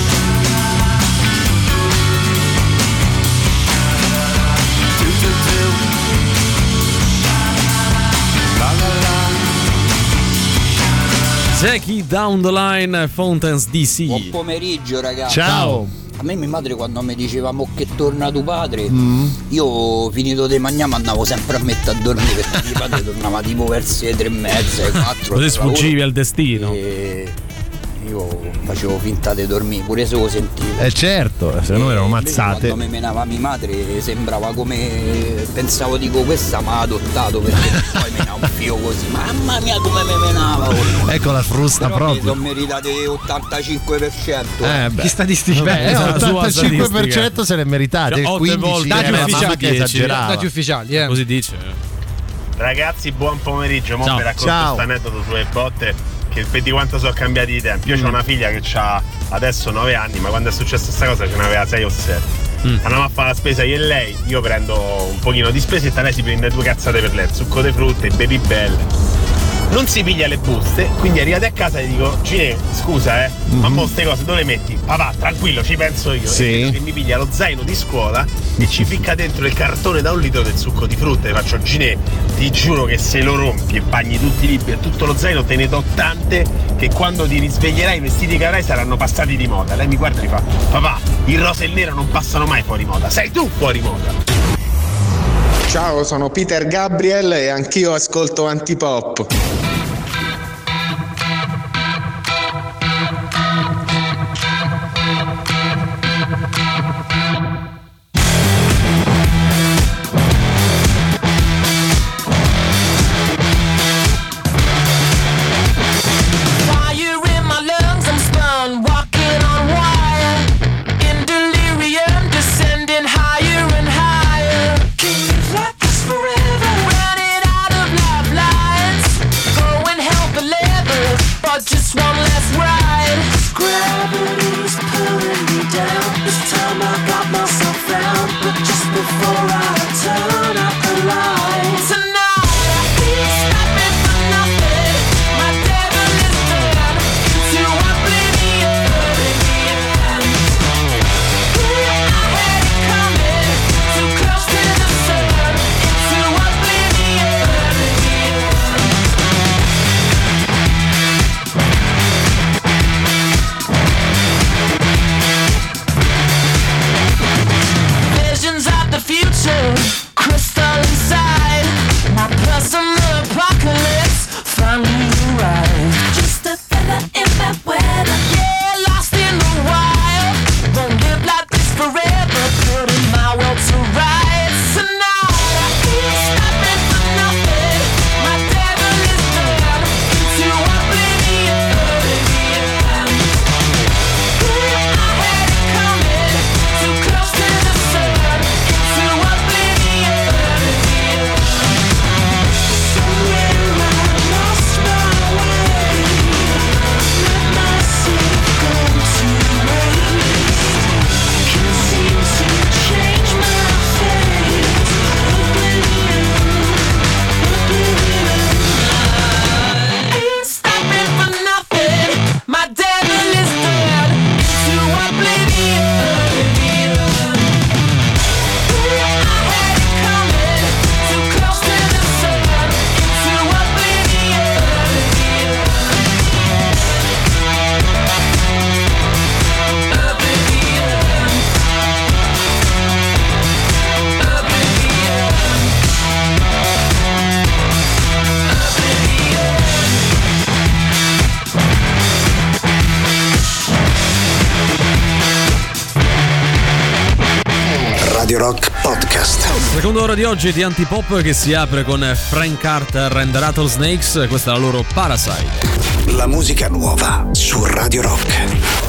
Do do do. La la la. Jackie Down the Line, Fountains D C. Buon pomeriggio ragazzi. Ciao. A me mia madre quando mi diceva mo che torna tuo padre, Mm. io finito di mangiare andavo sempre a mettere a dormire perché mio padre tornava tipo verso le tre e mezza, le quattro. Così sfuggivi al destino. E io facevo finta di dormire, pure se lo sentivo. Eh certo, se no erano Invece mazzate. Quando mi menava mia madre sembrava come pensavo, dico questa mi ha adottato perché poi menava un figlio così, mamma mia come mi menava. oh. Ecco la frusta Però mi proprio. sono meritate ottantacinque per cento. Eh, beh. Chi statistici? Beh, Beh, ottantacinque per cento se ne meritate, Cioè, otto quindici volte era dati la mamma ufficiali, che esagerava. dati ufficiali, eh. Così dice. Ragazzi, buon pomeriggio. Mo Ciao. vi racconto Ciao. questo aneddoto sulle botte che vedi quanto sono cambiati i tempi. Io Mm. ho una figlia che ha adesso nove anni, ma quando è successa questa cosa ce n'aveva sei o sette. Mm. Andiamo a fare la spesa io e lei, io prendo un pochino di spesetta, lei si prende due cazzate per lei, il succo di frutta, i baby bell. Non si piglia le buste, quindi arrivate a casa e dico, Gine, scusa eh, ma mo ste cose dove le metti? Papà, tranquillo, ci penso io. Sì. E vedo che mi piglia lo zaino di scuola e ci ficca dentro il cartone da un litro del succo di frutta e faccio, Gine, ti giuro che se lo rompi e bagni tutti i libri e tutto lo zaino te ne do tante che quando ti risveglierai i vestiti che avrai saranno passati di moda. Lei mi guarda e mi fa, papà, il rosa e il nero non passano mai fuori moda, sei tu fuori moda. Ciao, sono Peter Gabriel e anch'io ascolto Antipop. Fire in my lungs, I'm spun, walking on wire. In delirium, descending higher and higher. Can you like this forever? Running out of lifelines. Go and help the lever, but just one last ride. Gravity's pulling me down. This time I got myself found, but just before I turn out the lights. Tonight, please stop me for nothing. My devil is done into oblivion. I had it coming, too close to the sun, into oblivion. Rock Podcast. Seconda ora di oggi di Antipop che si apre con Frank Carter and the Rattlesnakes, questa è la loro Parasite. La musica nuova su Radio Rock.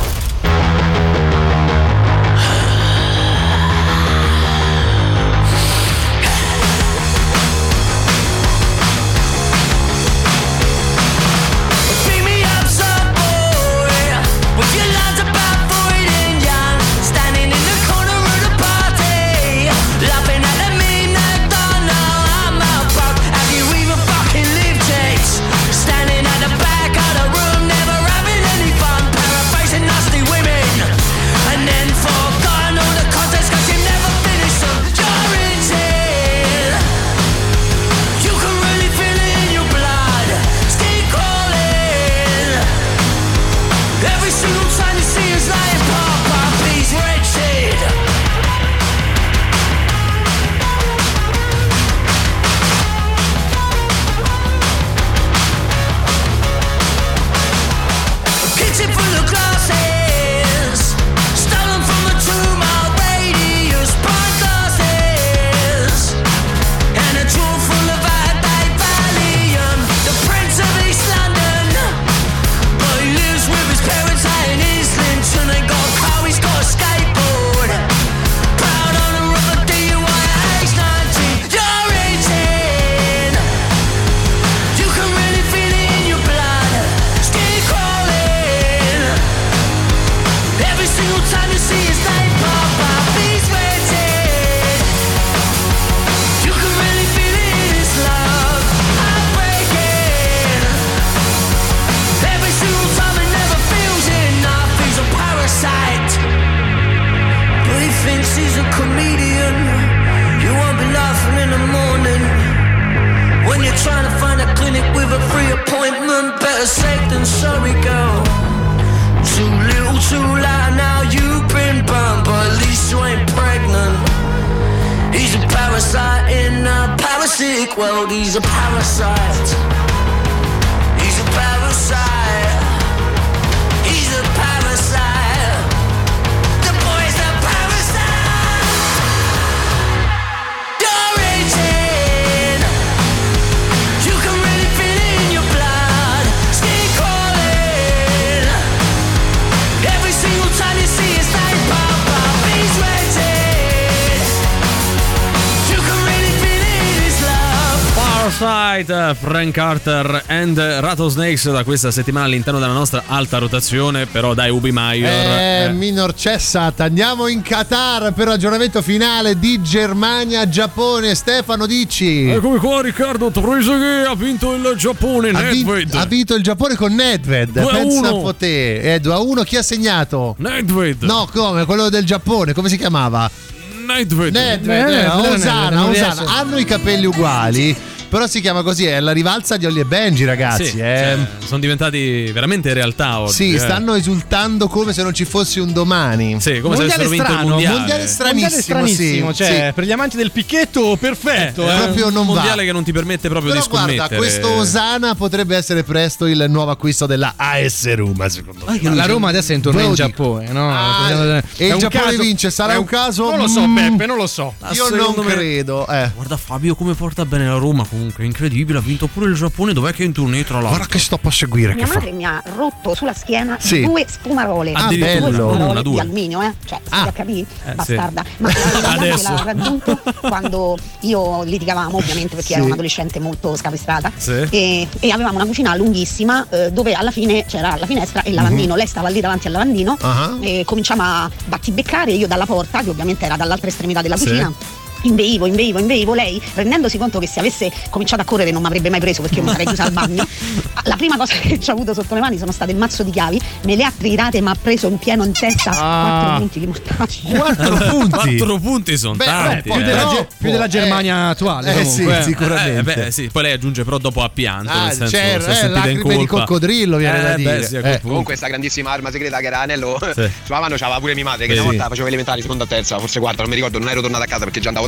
Well, he's a parasite. He's a parasite. He's a parasite. The boy's a parasite. You're eighteen. You can really feel it in your blood. Skin crawling. Every single time you see his light pop up, he's waiting. You can really feel it in his love. Parasite, Frank Carter and Rattlesnakes da questa settimana all'interno della nostra alta rotazione, però dai Ubi Maior. Eh, eh. minor cessat, andiamo in Qatar per l'aggiornamento finale di Germania-Giappone. Stefano, dici? Eccomi qua Riccardo, Trezeguet ha vinto il Giappone, ha, vin- Nedved. ha vinto il Giappone con Nedved, due a pensa uno. un po' te. Eh, due a uno, chi ha segnato? Nedved. No, come? Quello del Giappone, come si chiamava? Nedved. Nedved, Eh, eh, non Osana, non Osana. riesce. Hanno i capelli uguali, però si chiama così, è la rivalsa di Ollie e Benji, ragazzi. Sì, eh. cioè, sono diventati veramente realtà oggi. Sì, eh. stanno esultando come se non ci fosse un domani. Sì, come se Mondiale avessero vinto il strano, mondiale. mondiale stranissimo, Mondiale stranissimo, sì, cioè sì. per gli amanti del picchetto perfetto. Eh, eh. proprio non un va. mondiale che non ti permette proprio Però di scommettere. guarda, questo Osana potrebbe essere presto il nuovo acquisto della A S Roma, secondo me. La Roma adesso è in torneo in Giappone, no? Ah, È e il un Giappone caso- vince, sarà è un caso? Non lo so, Mm. Beppe, non lo so. Io non Secondo me- credo. Eh. Guarda Fabio come porta bene la Roma, comunque incredibile, ha vinto pure il Giappone, dov'è che è in tournée tra l'altro? Guarda che sto a seguire. Mia Che fa? madre mi ha rotto sulla schiena Sì. due spumarole. Ah, due bello. spumarole Una, due. di alluminio, eh? Cioè, Ah. ah. capì? Eh, Bastarda. sì. Ma la verità è che Adesso. l'ha raggiunto quando io litigavamo, ovviamente, perché Sì. ero un'adolescente molto scapestrata. Sì. E, e avevamo una cucina lunghissima eh, dove alla fine c'era la finestra e il lavandino. Lei stava lì davanti al lavandino Ah. e cominciamo a battibeccare, io dalla porta, che ovviamente era dall'altra estremità della Sì. cucina. Inveivo, inveivo, inveivo, lei rendendosi conto che se avesse cominciato a correre non mi avrebbe mai preso perché io mi sarei chiusa al bagno. La prima cosa che ci ho avuto sotto le mani sono state il mazzo di chiavi, me le ha tirate, ma ha preso in pieno in testa Ah. quattro punti di mortacci. Quattro punti. Quattro punti sono Beh, tanti. Più eh. della, Però- Ge- più della Germania attuale. Eh, sì, comunque. sì. Sicuramente. Eh, beh, sì. Poi lei aggiunge però dopo a pianto, Ah, nel senso certo, si è eh, sentita in lacrime di colpa. coccodrillo, viene eh, da beh, dire. sì, a Eh. quel punto. Comunque sta grandissima arma segreta che era l'anello Sì. sulla mano c'aveva pure mia madre che Sì. una volta facevo elementari seconda terza forse quarta non mi ricordo non ero tornato a casa perché già andavo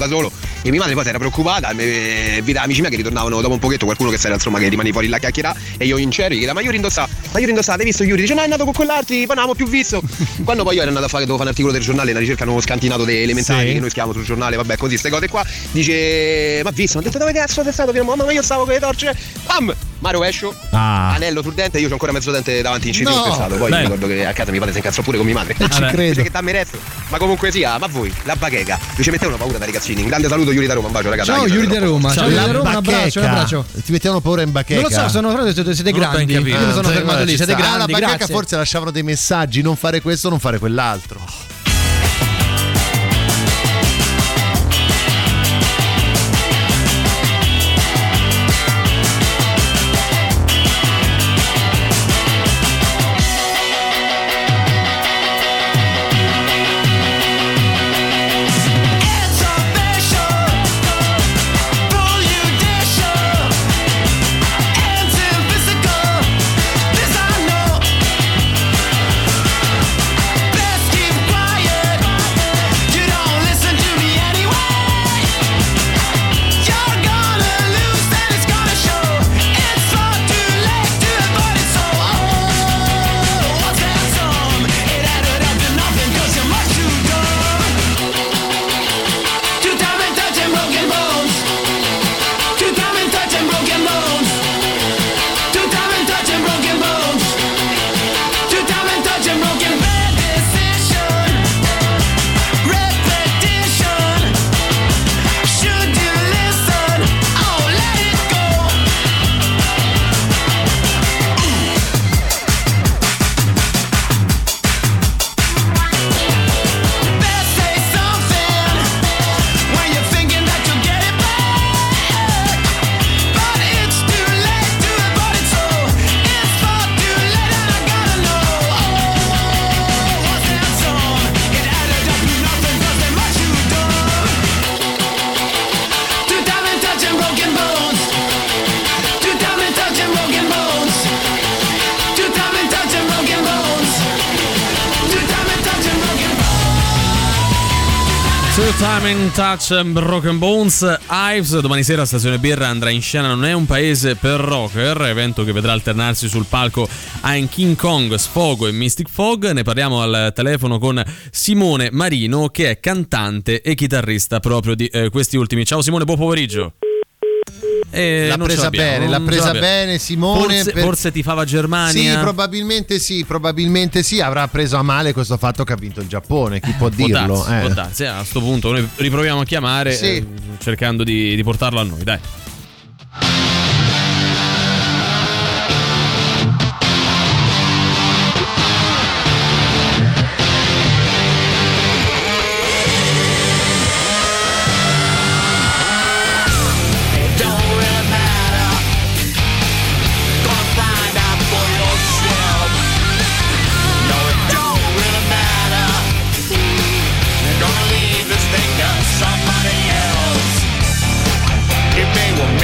da solo e mia madre poi si era preoccupata, e vide amici miei che ritornavano dopo un pochetto, qualcuno che era insomma che rimane fuori là a chiacchierare, e io in cielo gli chiedeva: ma Yuri indossa, ma Yuri indossate, hai visto Yuri? Dice: no, è andato con quell'altro, poi non avevo più visto. Quando poi io ero andato a fare, dovevo fare un articolo del giornale, la ricerca hanno scantinato delle elementari, sì, che noi schiamo sul giornale, vabbè, così ste cose qua, dice: ma visto? Ho detto: dove cazzo sei stato? Mamma, ma io stavo con le torce, pam, ma rovescio, ah. anello sul dente, io ho ancora mezzo dente davanti incisivo, no. pensato. Poi mi ricordo che a casa mio padre si incazzò pure con mia madre. E ci credo. Dice che dammi resto. Ma comunque sia, ma voi, la bacheca, vi ci mettevano paura da ragazzini. Un grande saluto, Yuri da Roma, un bacio ragazzi. Ciao Yuri da Roma, ciao Yuri da Roma, un abbraccio, un abbraccio. Ti mettevano paura in bacheca? Non lo so, sono siete, siete grandi. Io mi sono ah, fermato lì, siete grandi. Ah, la bacheca grazie. forse lasciavano dei messaggi, non fare questo, non fare quell'altro. Time in Touch Broken Bones. Ives domani sera Stazione Birra andrà in scena Non è un paese per rocker, evento che vedrà alternarsi sul palco Ein King Kong, Sfogo e Mystic Fog. Ne parliamo al telefono con Simone Marino, che è cantante e chitarrista proprio di eh, questi ultimi. Ciao Simone, buon pomeriggio. Eh, l'ha presa bene, l'ha presa bene Simone. Forse, per... forse tifava Germania. Sì, probabilmente sì, probabilmente sì. Avrà preso a male questo fatto che ha vinto il Giappone. Chi può può dirlo? Darsi, eh. può darsi. A sto punto noi riproviamo a chiamare, sì. eh, cercando di, di portarlo a noi, dai. Somebody else, it may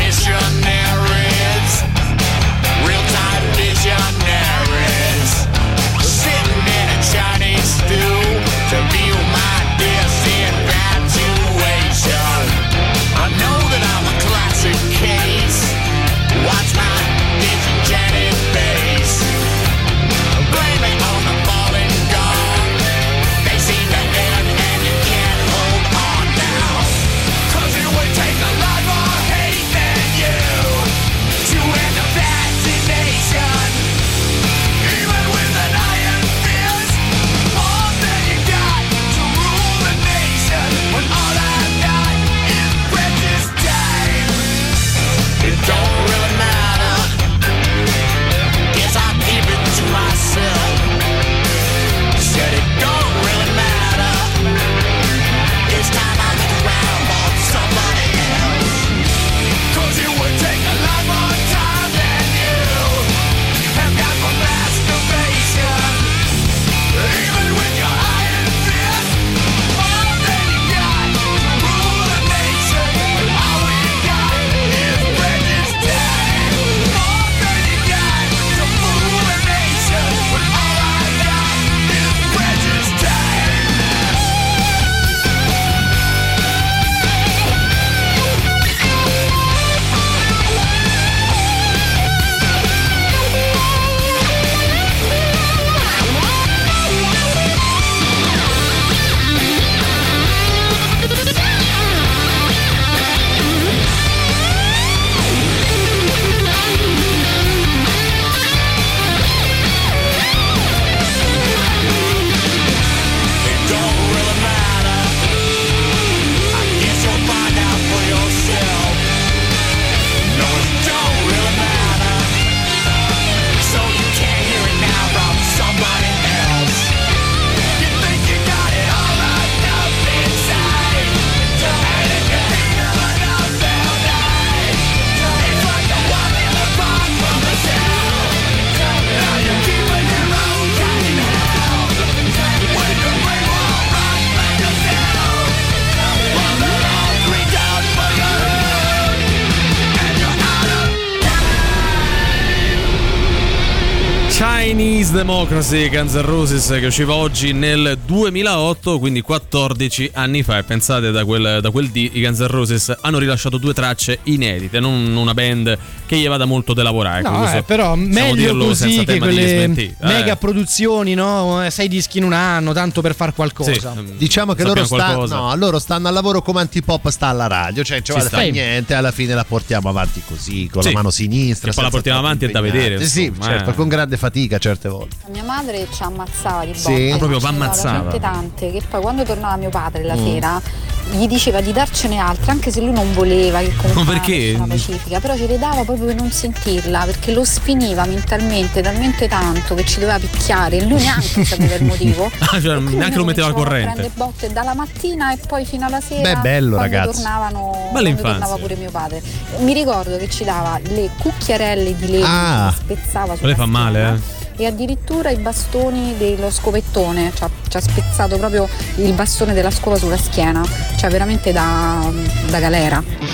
Chinese Democracy, Guns N' Roses, che usciva oggi nel duemilaotto, quindi quattordici anni fa. E pensate, da quel, da quel D i Guns N' Roses hanno rilasciato due tracce inedite, non una band che gli vada molto di lavorare. No, questo, eh, però meglio così che quelle mega eh. produzioni, no? Sei dischi in un anno, tanto per far qualcosa. Sì, diciamo che loro, sta, no, loro stanno al lavoro come Antipop sta alla radio, cioè non fa niente, alla fine la portiamo avanti così, con sì. la mano sinistra. E poi la portiamo avanti è da vedere. Sì, insomma, certo, eh. con grande fatica certe volte. Mia madre ci ammazzava di botte. Sì, ma proprio ammazzava. Tante tante, che poi quando tornava mio padre la Mm. sera gli diceva di darcene altre, anche se lui non voleva, che comunque Ma perché? era una persona pacifica, però ce le dava proprio per non sentirla, perché lo sfiniva mentalmente talmente tanto che ci doveva picchiare e lui neanche sapeva il motivo. Ah, cioè, neanche lo metteva al corrente. Prende botte dalla mattina e poi fino alla sera. Beh, bello, quando ragazzi. tornavano, Bella quando infanzia. tornava pure mio padre. Mi ricordo che ci dava le cucchiarelle di legno Ah. che spezzava sulla Quelle fa male, schiena, eh. e addirittura i bastoni dello scopettone, ci ha, ci ha spezzato proprio il bastone della scopa sulla schiena, cioè veramente da, da galera.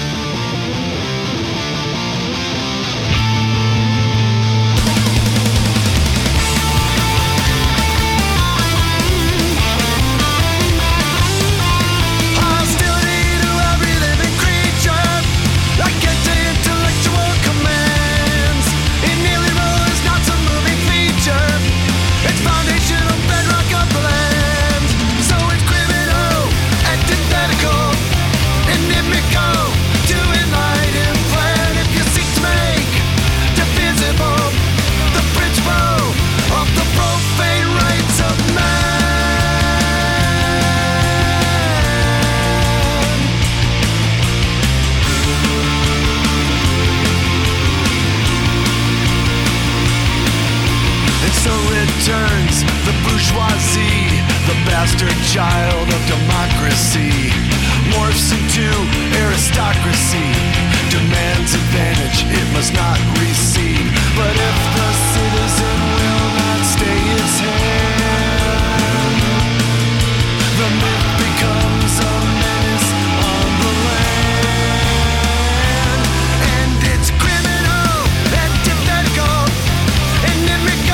Turns the bourgeoisie, the bastard child of democracy, morphs into aristocracy, demands advantage it must not receive. But if the citizen will not stay his hand, the myth becomes a menace on the land, and it's criminal, antithetical, inimical.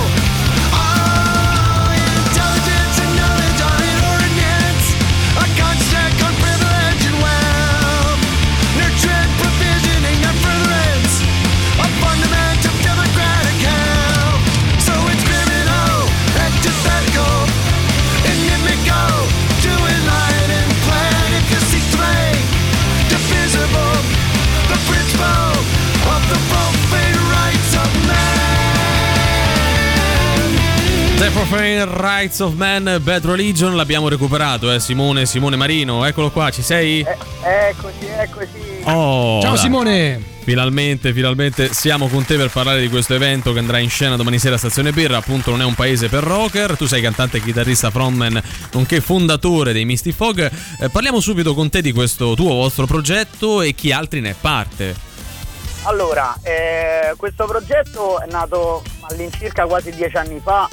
The Profane Rights of Man, Bad Religion, l'abbiamo recuperato, eh Simone, Simone Marino, eccolo qua, ci sei? Eh, eccoci, eccoci. Oh, ciao dai. Simone! Finalmente, finalmente siamo con te per parlare di questo evento che andrà in scena domani sera a Stazione Birra. Appunto, non è un paese per rocker. Tu sei cantante e chitarrista, frontman, nonché fondatore dei Misty Fog. Eh, parliamo subito con te di questo tuo vostro progetto e chi altri ne è parte. Allora, eh, questo progetto è nato all'incirca quasi dieci anni fa,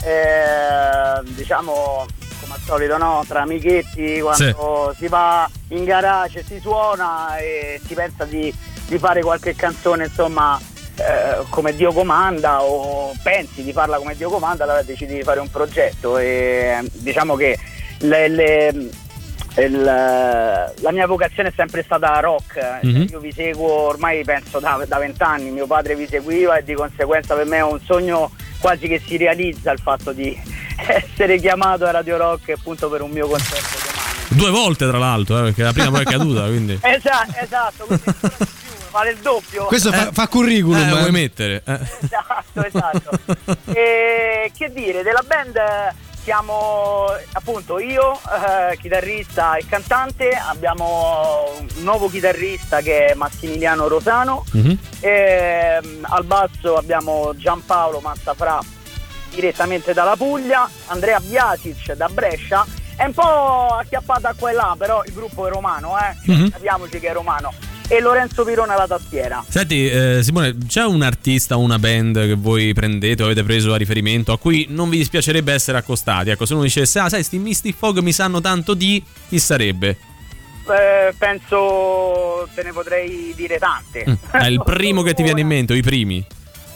eh, diciamo come al solito, no? Tra amichetti, quando sì. si va in garage, si suona e si pensa di, di fare qualche canzone, insomma, eh, come Dio comanda, o pensi di farla come Dio comanda, allora decidi di fare un progetto. E diciamo che le, le Il, la mia vocazione è sempre stata rock, mm-hmm. Io vi seguo ormai penso da vent'anni, mio padre vi seguiva e di conseguenza per me è un sogno quasi che si realizza il fatto di essere chiamato a Radio Rock appunto per un mio concerto domani. Due volte tra l'altro, eh, perché la prima poi è caduta, quindi. Esatto, esatto, quindi vale il doppio. Questo fa, eh, fa curriculum. Eh, eh. vuoi mettere? Eh. Esatto, esatto. E che dire, della band siamo appunto io, eh, chitarrista e cantante, abbiamo un nuovo chitarrista che è Massimiliano Rosano, mm-hmm. e, um, al basso abbiamo Giampaolo Mazzafra direttamente dalla Puglia, Andrea Biasic da Brescia, è un po' acchiappata qua e là, però il gruppo è romano, eh? Mm-hmm. Capiamoci che è romano. E Lorenzo Pirone alla tastiera. Senti, eh, Simone, c'è un artista o una band che voi prendete o avete preso a riferimento a cui non vi dispiacerebbe essere accostati? Ecco, se uno dicesse, ah sai, sti Misty Fog mi sanno tanto di, chi sarebbe? Eh, penso te ne potrei dire tante. Mm. È il primo che ti viene in mente, o i primi?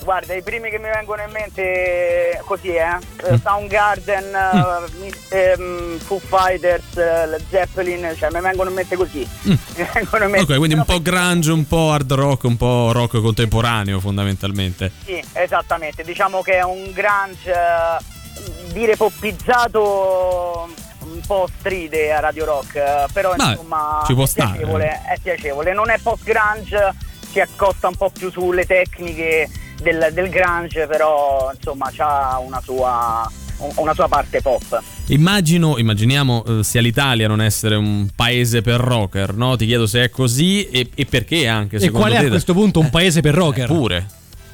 Guarda, i primi che mi vengono in mente così, eh? Mm. Soundgarden, mm. uh, ehm, Foo Fighters, uh, Led Zeppelin, cioè mi vengono in mente così. Mm. Mi vengono in mente. Ok, quindi un po' grunge, un po' hard rock, un po' rock contemporaneo fondamentalmente. Sì, esattamente. Diciamo che è un grunge uh, dire poppizzato, un po' stride a Radio Rock, uh, però Ma insomma ci può è stare. piacevole, è piacevole. Non è post grunge, si accosta un po' più sulle tecniche Del, del grunge, però insomma c'ha una sua una sua parte pop. Immagino, immaginiamo eh, sia l'Italia non essere un paese per rocker, no? Ti chiedo se è così e, e perché anche e secondo qual è te a questo punto un paese per rocker? Eh, pure.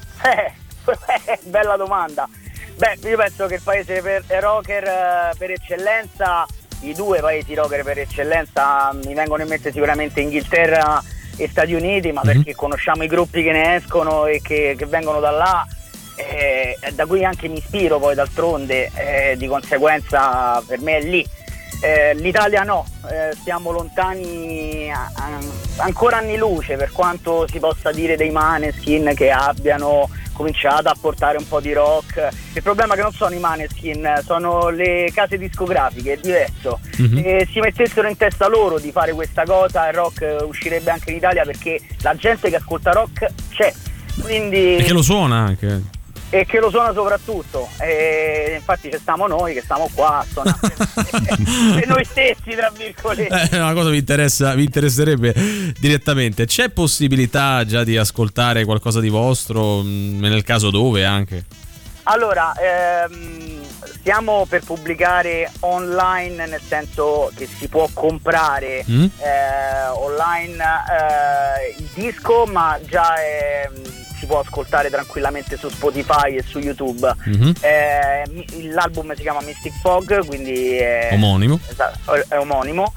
Eh, bella domanda. Beh, io penso che il paese per rocker eh, per eccellenza, i due paesi rocker per eccellenza mi vengono in mente sicuramente Inghilterra e Stati Uniti, ma mm-hmm. perché conosciamo i gruppi che ne escono e che, che vengono da là, eh, da cui anche mi ispiro poi d'altronde, eh, di conseguenza per me è lì. Eh, L'Italia no, eh, siamo lontani a, a, ancora anni luce, per quanto si possa dire dei Maneskin che abbiano cominciato a portare un po' di rock. Il problema è che non sono i Maneskin, sono le case discografiche, è diverso. Mm-hmm. Se si mettessero in testa loro di fare questa cosa, il rock uscirebbe anche in Italia, perché la gente che ascolta rock c'è, quindi e che lo suona anche. E che lo suona soprattutto, e infatti ci stiamo noi che stiamo qua a suonare per noi stessi, tra virgolette. Eh, una cosa mi interessa, mi interesserebbe direttamente. C'è possibilità già di ascoltare qualcosa di vostro? Nel caso dove anche? Allora, ehm, stiamo per pubblicare online, nel senso che si può comprare mm? eh, online eh, il disco, ma già è, si può ascoltare tranquillamente su Spotify e su YouTube. Mm-hmm. Eh, l'album si chiama Mystic Fog, quindi è omonimo. Esatto, è omonimo.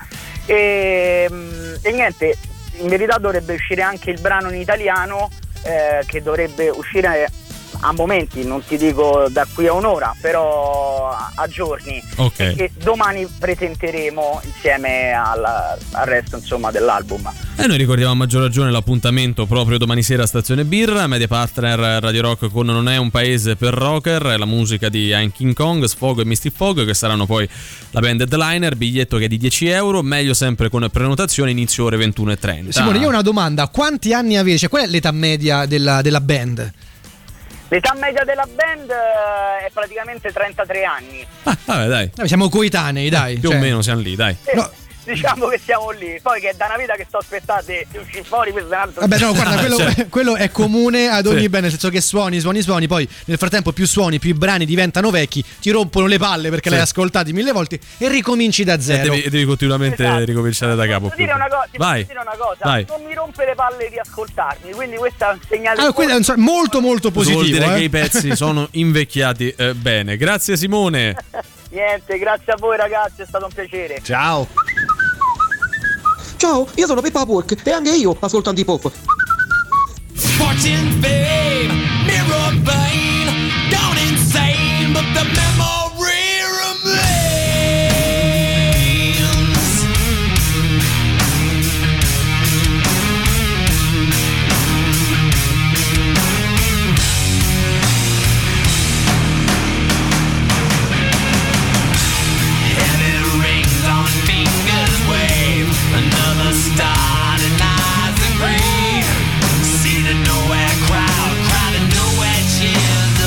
E, e niente, in verità dovrebbe uscire anche il brano in italiano, eh, che dovrebbe uscire a momenti, non ti dico da qui a un'ora, però a giorni, okay. Che domani presenteremo insieme al, al resto insomma dell'album. E noi ricordiamo a maggior ragione l'appuntamento proprio domani sera a Stazione Birra, media partner Radio Rock con Non è un paese per rocker, la musica di I'm King Kong, Sfogo e Mystic Fog, che saranno poi la band headliner, biglietto che è di dieci euro, meglio sempre con prenotazione, inizio ore ventuno e trenta. Simone, io ho una domanda, quanti anni avete? Cioè, qual è l'età media della, della band? L'età media della band è praticamente trentatré anni. Ah, vabbè, dai. Vabbè, siamo coetanei, dai. Più cioè... o meno siamo lì, dai. Eh, no. Diciamo che siamo lì. Poi che è da una vita che sto aspettando di uscire fuori, questo è un altro. Vabbè, no, guarda, quello, cioè. quello è comune ad ogni Sì. band, nel senso che suoni, suoni, suoni, poi nel frattempo più suoni, più i brani diventano vecchi, ti rompono le palle perché Sì. l'hai ascoltati mille volte e ricominci da E zero. devi, devi continuamente Esatto. ricominciare da capo. Posso dire una, co- ti posso Vai. dire una cosa? Vai. Non mi rompe le palle di ascoltarmi, quindi questo è un segnale. Ah, quello è un so- molto molto Questo positivo. vuol dire eh. che i pezzi sono invecchiati eh, bene. Grazie Simone. Niente, grazie a voi ragazzi, è stato un piacere. Ciao. Ciao, io sono Peppa Pork e anche io ascolto Antipop. Fortune, fame, mirror vein, gone insane, but the memory remains. Heavy rings on fingers wave, another star denies the grave. See the nowhere crowd, crowd of nowhere cheers.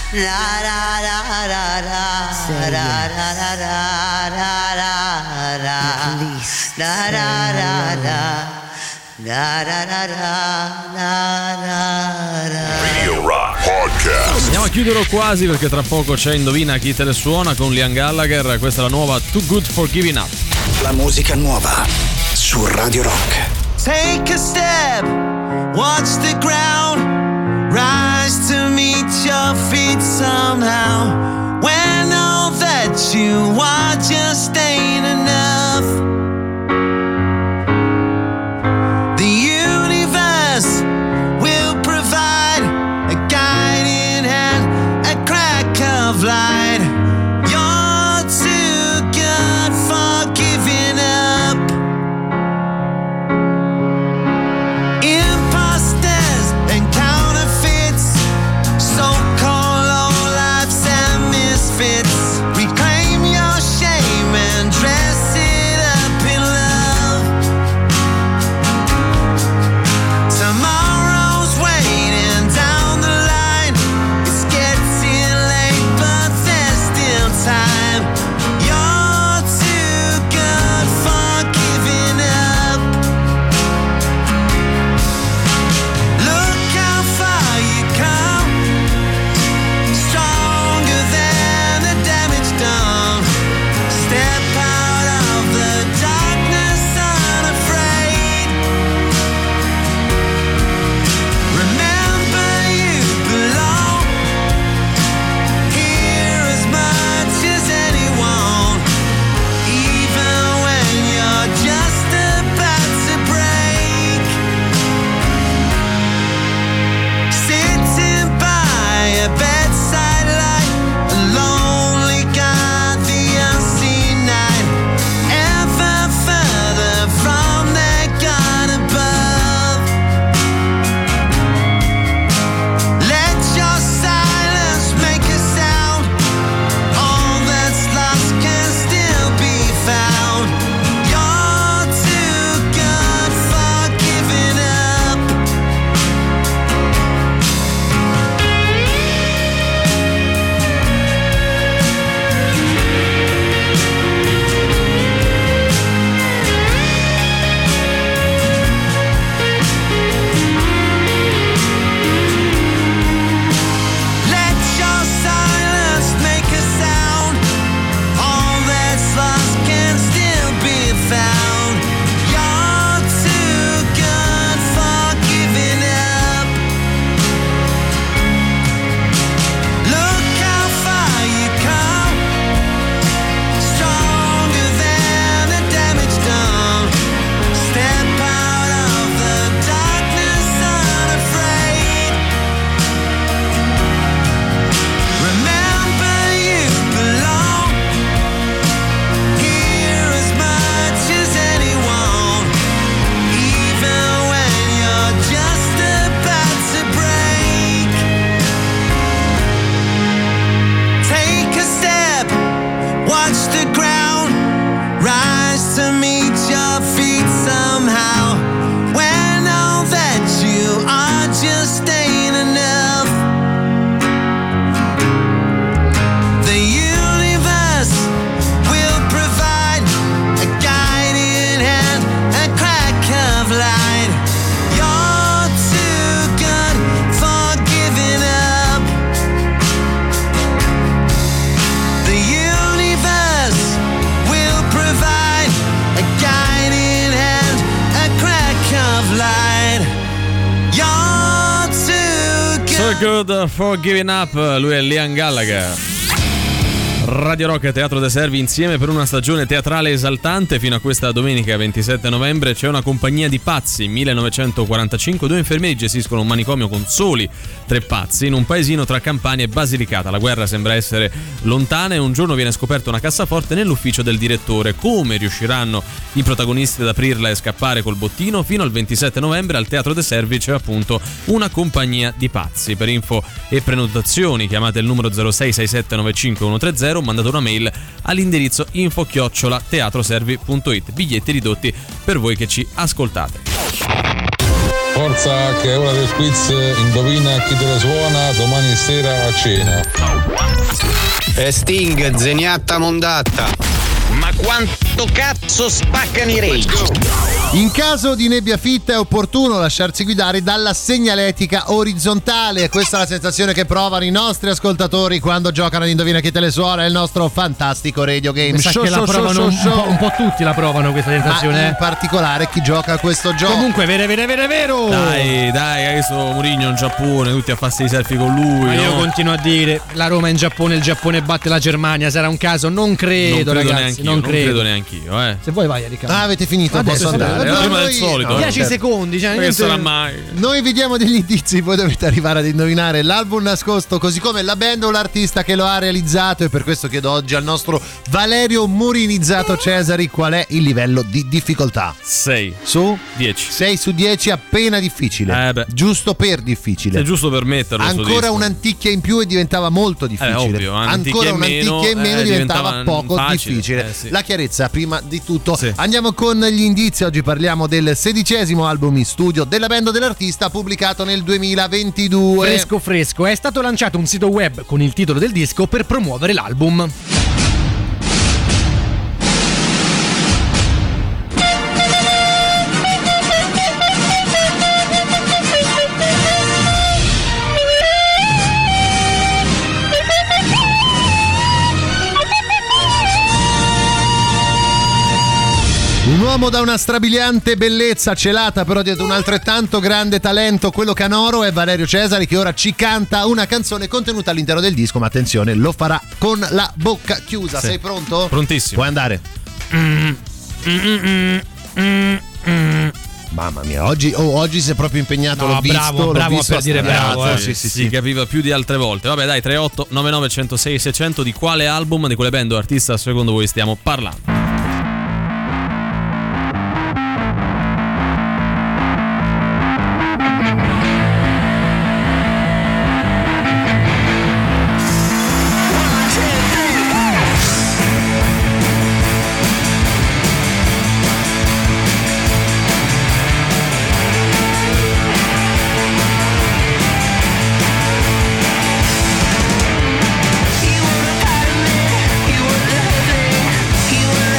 Radio Rock Podcast. Andiamo a chiuderlo quasi perché tra poco c'è Indovina chi te le suona con Liam Gallagher. Questa è la nuova Too Good for Giving Up. La musica nuova su Radio Rock. Take a step, watch the ground, rise to meet your feet somehow. When all that you are just ain't enough. The universe will provide a guiding hand, a crack of light. You're too good for giving up. Imposters and counterfeits, so-called low-lifes and misfits. Reclaim your shame and dress it up in love. Tomorrow's waiting down the line. It's getting late, but there's still time. You're too good for giving up. Look how far you come, stronger than the damage done. Step out of the darkness unafraid. Remember you belong here as much as anyone, even when you're just about to break. Sitting by a bedside light, a lonely God, the unseen night, ever further from their God above. Let your silence make a sound. All that's lost can still be found. You're too good for giving up. Let your silence make a sound. All that's lost can still be found. You're too good for giving up. Look how far you come, stronger than the damage done. Step out of the darkness unafraid. Remember you belong here as much as anyone, even when you're just about to break. Take a step, watch the ground, rise to meet your feet somehow. When all that you are just ain't enough. The universe will provide a guiding hand, a crack of light. You're too good for giving up. The universe will provide a guiding hand, a crack of light. You're too good. So Good for Giving Up, lui è Liam Gallagher. Radio Rock e Teatro dei Servi insieme per una stagione teatrale esaltante. Fino a questa domenica ventisette novembre c'è una compagnia di pazzi. millenovecentoquarantacinque due infermieri gestiscono un manicomio con soli tre pazzi in un paesino tra Campania e Basilicata. La guerra sembra essere lontana e un giorno viene scoperta una cassaforte nell'ufficio del direttore. Come riusciranno i protagonisti ad aprirla e scappare col bottino? Fino al ventisette novembre al Teatro dei Servi c'è appunto una compagnia di pazzi. Per info e prenotazioni chiamate il numero zero sei sei sette nove cinque uno tre zero o mandate una mail all'indirizzo info chiocciola teatroservi punto it. Biglietti ridotti per voi che ci ascoltate. forza che è ora del quiz, indovina chi te la suona domani sera a cena. E Sting, Zeniatta Mondatta. Ma quanto cazzo spaccano i Rage? In caso di nebbia fitta è opportuno lasciarsi guidare dalla segnaletica orizzontale. Questa è la sensazione che provano i nostri ascoltatori quando giocano ad Indovina chi te le suona, il nostro fantastico radio game Mi sa show. che la show, provano show, un, show. po', un po' tutti la provano questa sensazione. Ma in eh. particolare chi gioca a questo gioco. Comunque, vero, vero, vero, vero. Dai, dai, hai visto Mourinho in Giappone, tutti a farsi i selfie con lui. Ma io no? continuo a dire, la Roma in Giappone, il Giappone batte la Germania, sarà un caso? Non credo, non credo ragazzi, neanch'io, non non credo. credo neanch'io, eh. Se vuoi vai, Riccardo. Ah, avete finito, Adesso posso andare. Eh, No, prima noi- del solito. no, dieci certo. secondi, cioè, Ma che niente- sarà mai? Noi vi diamo degli indizi, voi dovete arrivare ad indovinare l'album nascosto, così come la band o l'artista che lo ha realizzato, e per questo chiedo oggi al nostro Valerio Murinizzato Cesari qual è il livello di difficoltà. sei Su? dieci. sei su dieci appena difficile. Eh beh. Giusto per difficile. È giusto per metterlo sto Ancora disco. un'anticchia in più e diventava molto difficile. Eh, ovvio, un'anticchia Ancora in un'anticchia meno, in meno eh, diventava, diventava poco facile. difficile. Eh, sì. La chiarezza prima di tutto. Sì. Andiamo con gli indizi. Oggi parliamo del sedicesimo album in studio della band o dell'artista, pubblicato nel duemilaventidue. Fresco fresco, è stato lanciato un sito web con il titolo del disco per promuovere l'album. Un uomo da una strabiliante bellezza celata però dietro un altrettanto grande talento, quello canoro, è Valerio Cesari, che ora ci canta una canzone contenuta all'interno del disco, ma attenzione, lo farà con la bocca chiusa. Sì. Sei pronto? Prontissimo. Puoi andare. Mm, mm, mm, mm, mm. Mamma mia, oggi, oh, oggi si è proprio impegnato, No, l'ho visto, bravo, l'ho bravo visto per dire astronauta, bravo, eh. sì, sì, si sì. capiva più di altre volte. Vabbè, dai, tre otto nove nove uno zero sei sei zero zero, di quale album, di quale band o artista secondo voi stiamo parlando? You were the heavy, you were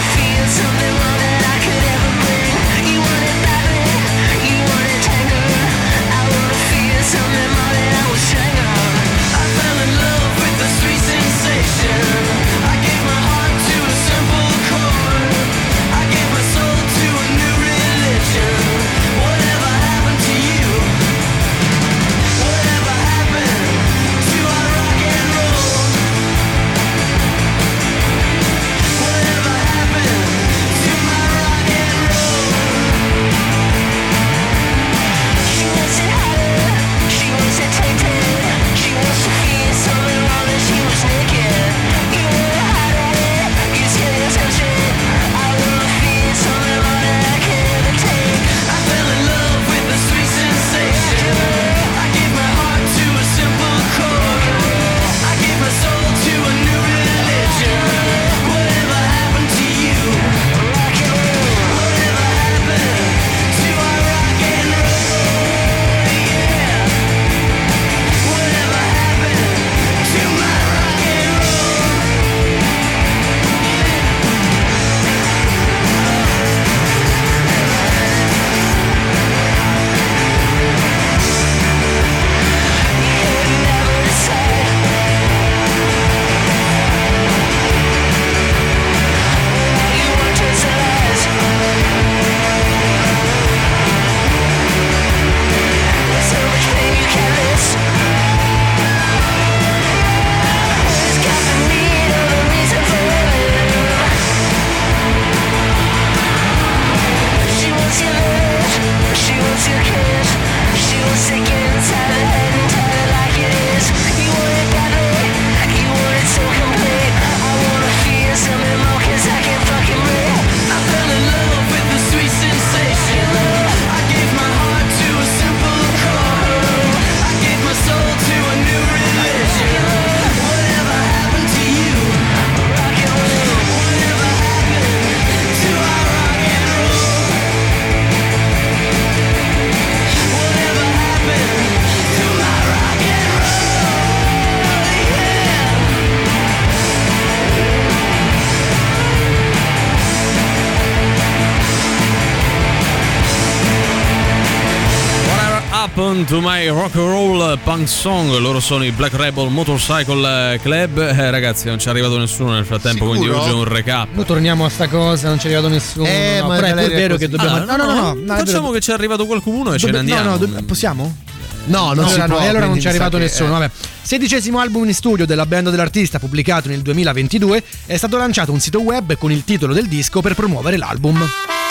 Happened to My Rock and Roll Punk Song. Loro sono i Black Rebel Motorcycle Club. Eh, ragazzi, non ci è arrivato nessuno nel frattempo, Sicuro? quindi oggi è un recap. Noi torniamo a sta cosa, non ci è arrivato nessuno. Eh, no, ma però è pur Valeria vero così. che dobbiamo. Ah, no, no, no, no, no, facciamo è vero. che ci è arrivato qualcuno e ce ne Dobbi- andiamo. No, no, dobb- possiamo? No, non allora, si no, può. e allora non quindi ci è mi sa arrivato che- nessuno. eh. Vabbè. Sedicesimo album in studio della band dell'artista, pubblicato nel duemilaventidue, è stato lanciato un sito web con il titolo del disco per promuovere l'album.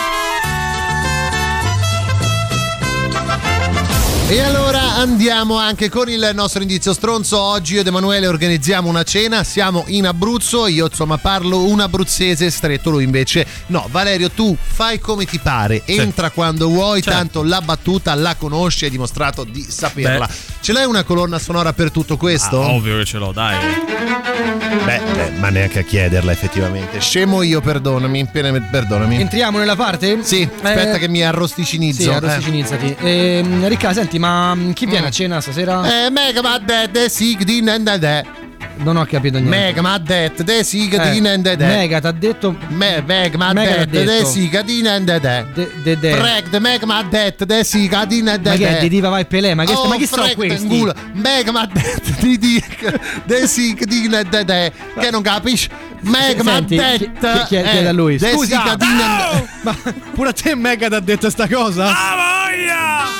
E allora andiamo anche con il nostro indizio stronzo. Oggi io ed Emanuele organizziamo una cena, siamo in Abruzzo, io insomma parlo un abruzzese stretto, lui invece no. Valerio, tu fai come ti pare, Sì. entra quando vuoi, Certo. tanto la battuta la conosci, hai dimostrato di saperla. Beh. Ce l'hai una colonna sonora per tutto questo? Ah, ovvio che ce l'ho, dai. Beh, beh, ma neanche a chiederla effettivamente. Scemo io, perdonami, per- perdonami. Entriamo nella parte? Sì, aspetta Eh, che mi arrosticinizzo. Sì, eh. arrosticinizzati. Ehm, Ricca, senti, ma chi viene Mm. a cena stasera? Eh, mega ma de sig di nendede. Non ho capito niente. Mega ma det de sig Eh, di nendede. Mega, t'ha detto. Me, meg ma Mega t'ha det de detto. sig di nendede. De, de, de. Preg de meg ma det de sig di Ma che è? nendede. Di Diva Vai Pelé? Ma, che, Oh, ma chi sono freg questi? tengula. Meg ma det di di de sig di nendede. Che non capisci? Meg ma Senti, det. chi- chi- chi- chiede a lui. de Scusa, sig di nendede. ma pure a te Mega t'ha detto sta cosa? Ah, voglia!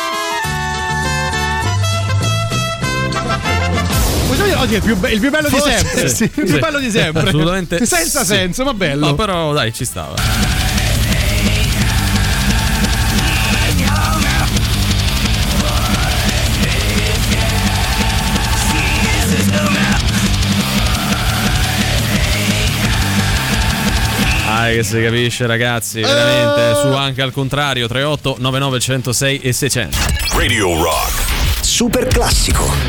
Possiamo dire, oggi è il più, be- il più bello Forse di sempre. sì. Il più Sì. bello di sempre. Assolutamente Senza sì. senso, ma bello. No, però dai, ci stava. Ah, che si capisce, ragazzi, veramente. Su anche al contrario, tre otto nove nove uno zero sei e seicento. Radio Rock. Super classico.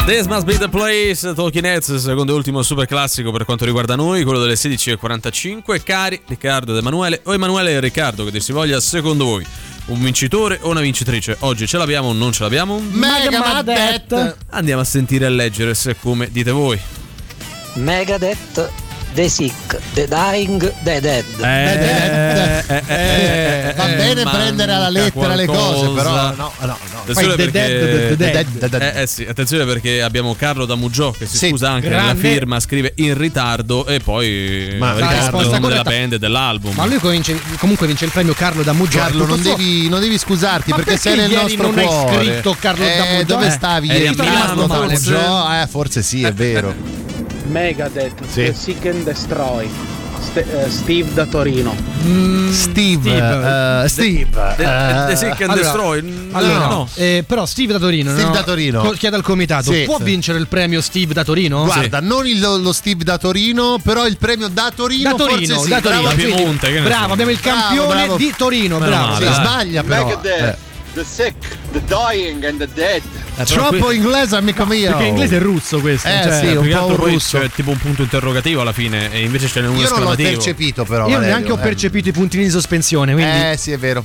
This Must Be The Place, Talking Heads, secondo e ultimo super classico per quanto riguarda noi, quello delle sedici e quarantacinque. Cari Riccardo ed Emanuele, o Emanuele e Riccardo, che dir si voglia, secondo voi un vincitore o una vincitrice? Oggi ce l'abbiamo o non ce l'abbiamo? Megadeth. Andiamo a sentire e leggere se come dite voi. Megadeth, The Sick, The Dying, The Dead. Eh, eh, eh, va bene prendere alla lettera le cose, però no, no, no. Attenzione Fai perché, the dead, the dead, the dead. Eh, eh sì, attenzione perché abbiamo Carlo da Muggio che si Sì, scusa anche grande. nella firma, scrive in ritardo e poi Ma ricorda il risposta nome della corretta. band e dell'album. Ma lui vince, comunque vince il premio Carlo da Muggio. Carlo, non Tutto suo. devi, non devi scusarti Ma perché, sei nel ieri nostro non cuore. hai scritto Carlo eh, da Muggio? Dove Eh, stavi eri ieri? a Milano, Carlo da forse? Muggio? Eh, forse sì, è vero. Megadeth, Sì. The Seek and Destroy. Ste- eh, Steve da Torino. Mm, Steve, Steve. eh, Steve, The, eh, the Sick and allora, Destroy. Allora, no. no. Eh, però Steve da Torino, Steve no? da Torino. Co- chiede al comitato, Sì, può sì. vincere il premio Steve da Torino? Guarda, non il- lo Steve da Torino, però il premio da Torino, Da Torino, forse sì. da Torino. Bravo, Quindi, Piemonte, che ne bravo, so. abbiamo il Bravo, campione bravo. di Torino, Meno bravo. male, sì, dai. sbaglia però. Megadeth, Eh. The Sick, The Dying and The Dead. Eh, però Troppo qui- inglese, amico mio. Perché inglese è russo questo. Eh, cioè, sì, più un che po' altro un poi russo. c'è tipo un punto interrogativo alla fine e invece c'è uno Io non l'ho esclamativo. percepito però. Io Valerio, neanche ho eh. percepito i puntini di sospensione, quindi Eh sì, è vero.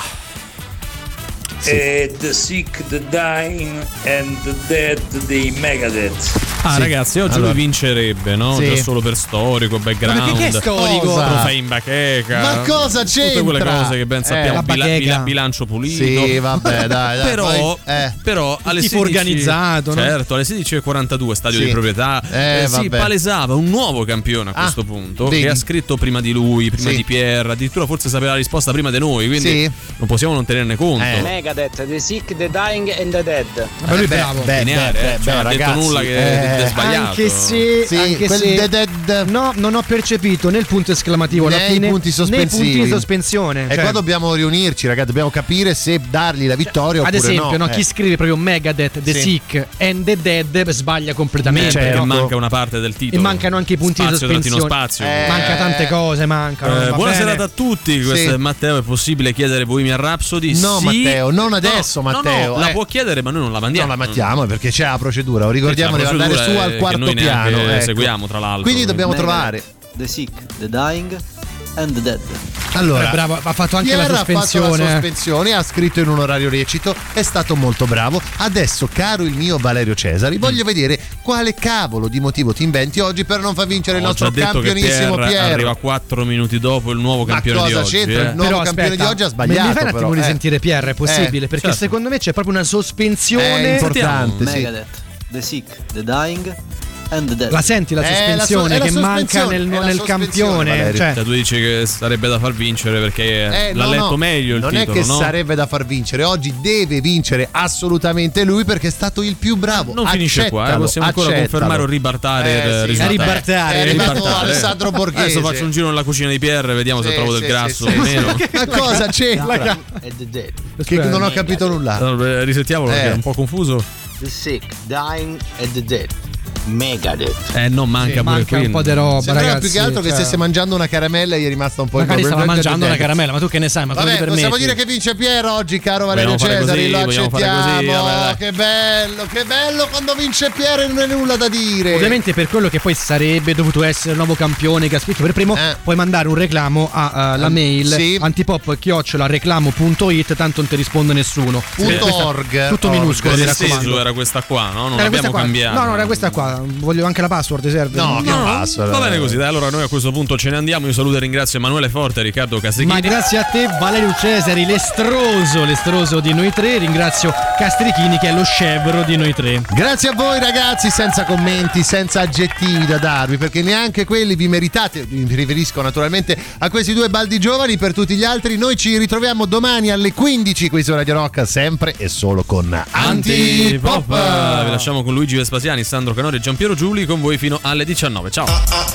E The Sick, The Dying and The Dead dei Megadeth. Ah, Sì. ragazzi, oggi Allora. lui vincerebbe, no? Sì. Già solo per storico, background. Ma perché è storico? Cosa? Trofei in bacheca. Ma cosa Tutte quelle c'entra? cose che ben Eh, sappiamo. la bila- bacheca. bila- bilancio pulito. Sì, vabbè, dai, dai. Però, poi- eh. però alle tipo sedici, organizzato, no? certo, alle sedici e quarantadue, stadio Sì. di proprietà, Eh, eh, si vabbè. palesava un nuovo campione a Ah, questo punto vedi? che ha scritto prima di lui, prima Sì. di Pierre, addirittura forse sapeva la risposta prima di noi, quindi Sì. non possiamo non tenerne conto. Eh. Megadeth, The Sick, The Dying and The Dead. ma lui è Beh, bravo. beh, Lineare, beh, eh, beh, cioè, beh, non ha detto ragazzi, nulla che eh, è sbagliato. Anche se, Sì, anche quel se dead. no, non ho percepito né il punto esclamativo alla Né i fine punti né i sospensivi. punti di sospensione. E Cioè, qua dobbiamo riunirci, ragazzi. Dobbiamo capire se dargli la vittoria ad oppure esempio, no. no, chi Eh. scrive proprio Megadeth, The Sì. Sick and The Dead sbaglia completamente. Cioè, no? manca una parte del titolo. E mancano anche i punti di Spazio, trattino, sospensione. spazio. Eh, Manca tante cose, mancano. Eh, va buona bene. serata a tutti, questo Sì. è Matteo. È possibile chiedere Bohemian Rhapsody? No, Sì. Matteo, non adesso, No, no, Matteo. no, la Eh. può chiedere, ma noi non la mandiamo. Non la mettiamo perché c'è la procedura. Ricordiamo C'è di la andare procedura, su al eh, quarto che noi neanche piano. ecco. seguiamo, tra l'altro. Quindi dobbiamo Megadeth, trovare. The Sick, The Dying and The Dead. Allora, Eh, bravo, ha fatto anche Pierre la ha fatto sospensione. la eh. sospensione, ha scritto in un orario lecito, è stato molto bravo. Adesso, caro il mio Valerio Cesari, voglio vedere quale cavolo di motivo ti inventi oggi per non far vincere il Ho nostro già detto che campionissimo Pierre, Pierre. arriva quattro minuti dopo il nuovo Ma campione di cosa oggi. c'entra? eh. Il nuovo Però campione aspetta, di oggi ha mi sbagliato. fai un attimo però, di eh. sentire Pierre, è possibile? Eh, perché certo. secondo me c'è proprio una sospensione. È importante, sì. Megadeth, The Sick, The Dying and The Dead. La senti la Eh, la so- sospensione è la che manca sospensione, nel, è la nel sospensione, campione? Valerio. Cioè, Cioè, tu dici che sarebbe da far vincere perché Eh, l'ha no, letto no, meglio il non titolo, è che no? sarebbe da far vincere, oggi deve vincere assolutamente lui perché è stato il più bravo. Non finisce qua, eh, Accettalo, possiamo ancora accettalo. confermare o ribaltare Eh, il sì, risultato. vabbè. ribaltare, È arrivato ribaltare. Alessandro Borghese. Adesso faccio un giro nella cucina di Pierre, vediamo se Sì, trovo del sì, grasso sì, o sì. meno. Ma cosa c'entra? And The Dead. Che non ho capito nulla. Allora, risentiamolo perché Eh. è un po' confuso. The Sick, Dying and The Dead. Megadeth. Eh, no, manca sì, pure manca qui. un po' di roba, Sembrava ragazzi. più che altro che cioè, stesse mangiando una caramella e gli è rimasta un po' magari in stava mangiando una caramella, ma tu che ne sai? Ma come Vabbè, ti permetti? possiamo dire che vince Piero oggi, caro Valerio Vogliamo fare Cesari. così, Lo vogliamo fare accettiamo. così, vabbè, dai. Che bello, che bello quando vince Piero e non hai nulla da dire. Ovviamente per quello che poi sarebbe dovuto essere il nuovo campione che ha scritto per primo, Eh. puoi mandare un reclamo alla mail sì. antipop chiocciola reclamo punto it, tanto non ti risponde nessuno. Punto Sì. org. Tutto Org. minuscolo, mi Esteso raccomando. era questa qua, no? Non Era questa l'abbiamo qua. cambiata. No, no, era questa qua. Voglio anche la password, serve. No, che password. Va bene così, dai, allora noi a questo punto ce ne andiamo. Io saluto e ringrazio Emanuele Forte e Riccardo Castrichini. Ma grazie a te Valerio Cesari, l'estroso, l'estroso di noi tre. Ringrazio Castrichini che è lo scevro di noi tre. Grazie a voi ragazzi, senza commenti, senza aggettivi da darvi, perché neanche quelli vi meritate. Mi riferisco naturalmente a questi due baldi giovani. Per tutti gli altri noi ci ritroviamo domani alle quindici qui su Radio Rock, sempre e solo con Antipop. Antipop. Vi lasciamo con Luigi Vespasiani, Sandro Canori e Giampiero Giuli con voi fino alle diciannove. Ciao.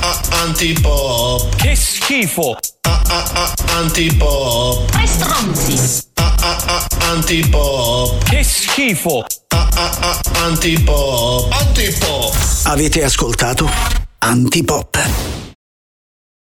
Antipop. Che schifo! Antipop. Tre stronzi! Antipop. Che schifo! Antipop. Antipop. Avete ascoltato Antipop.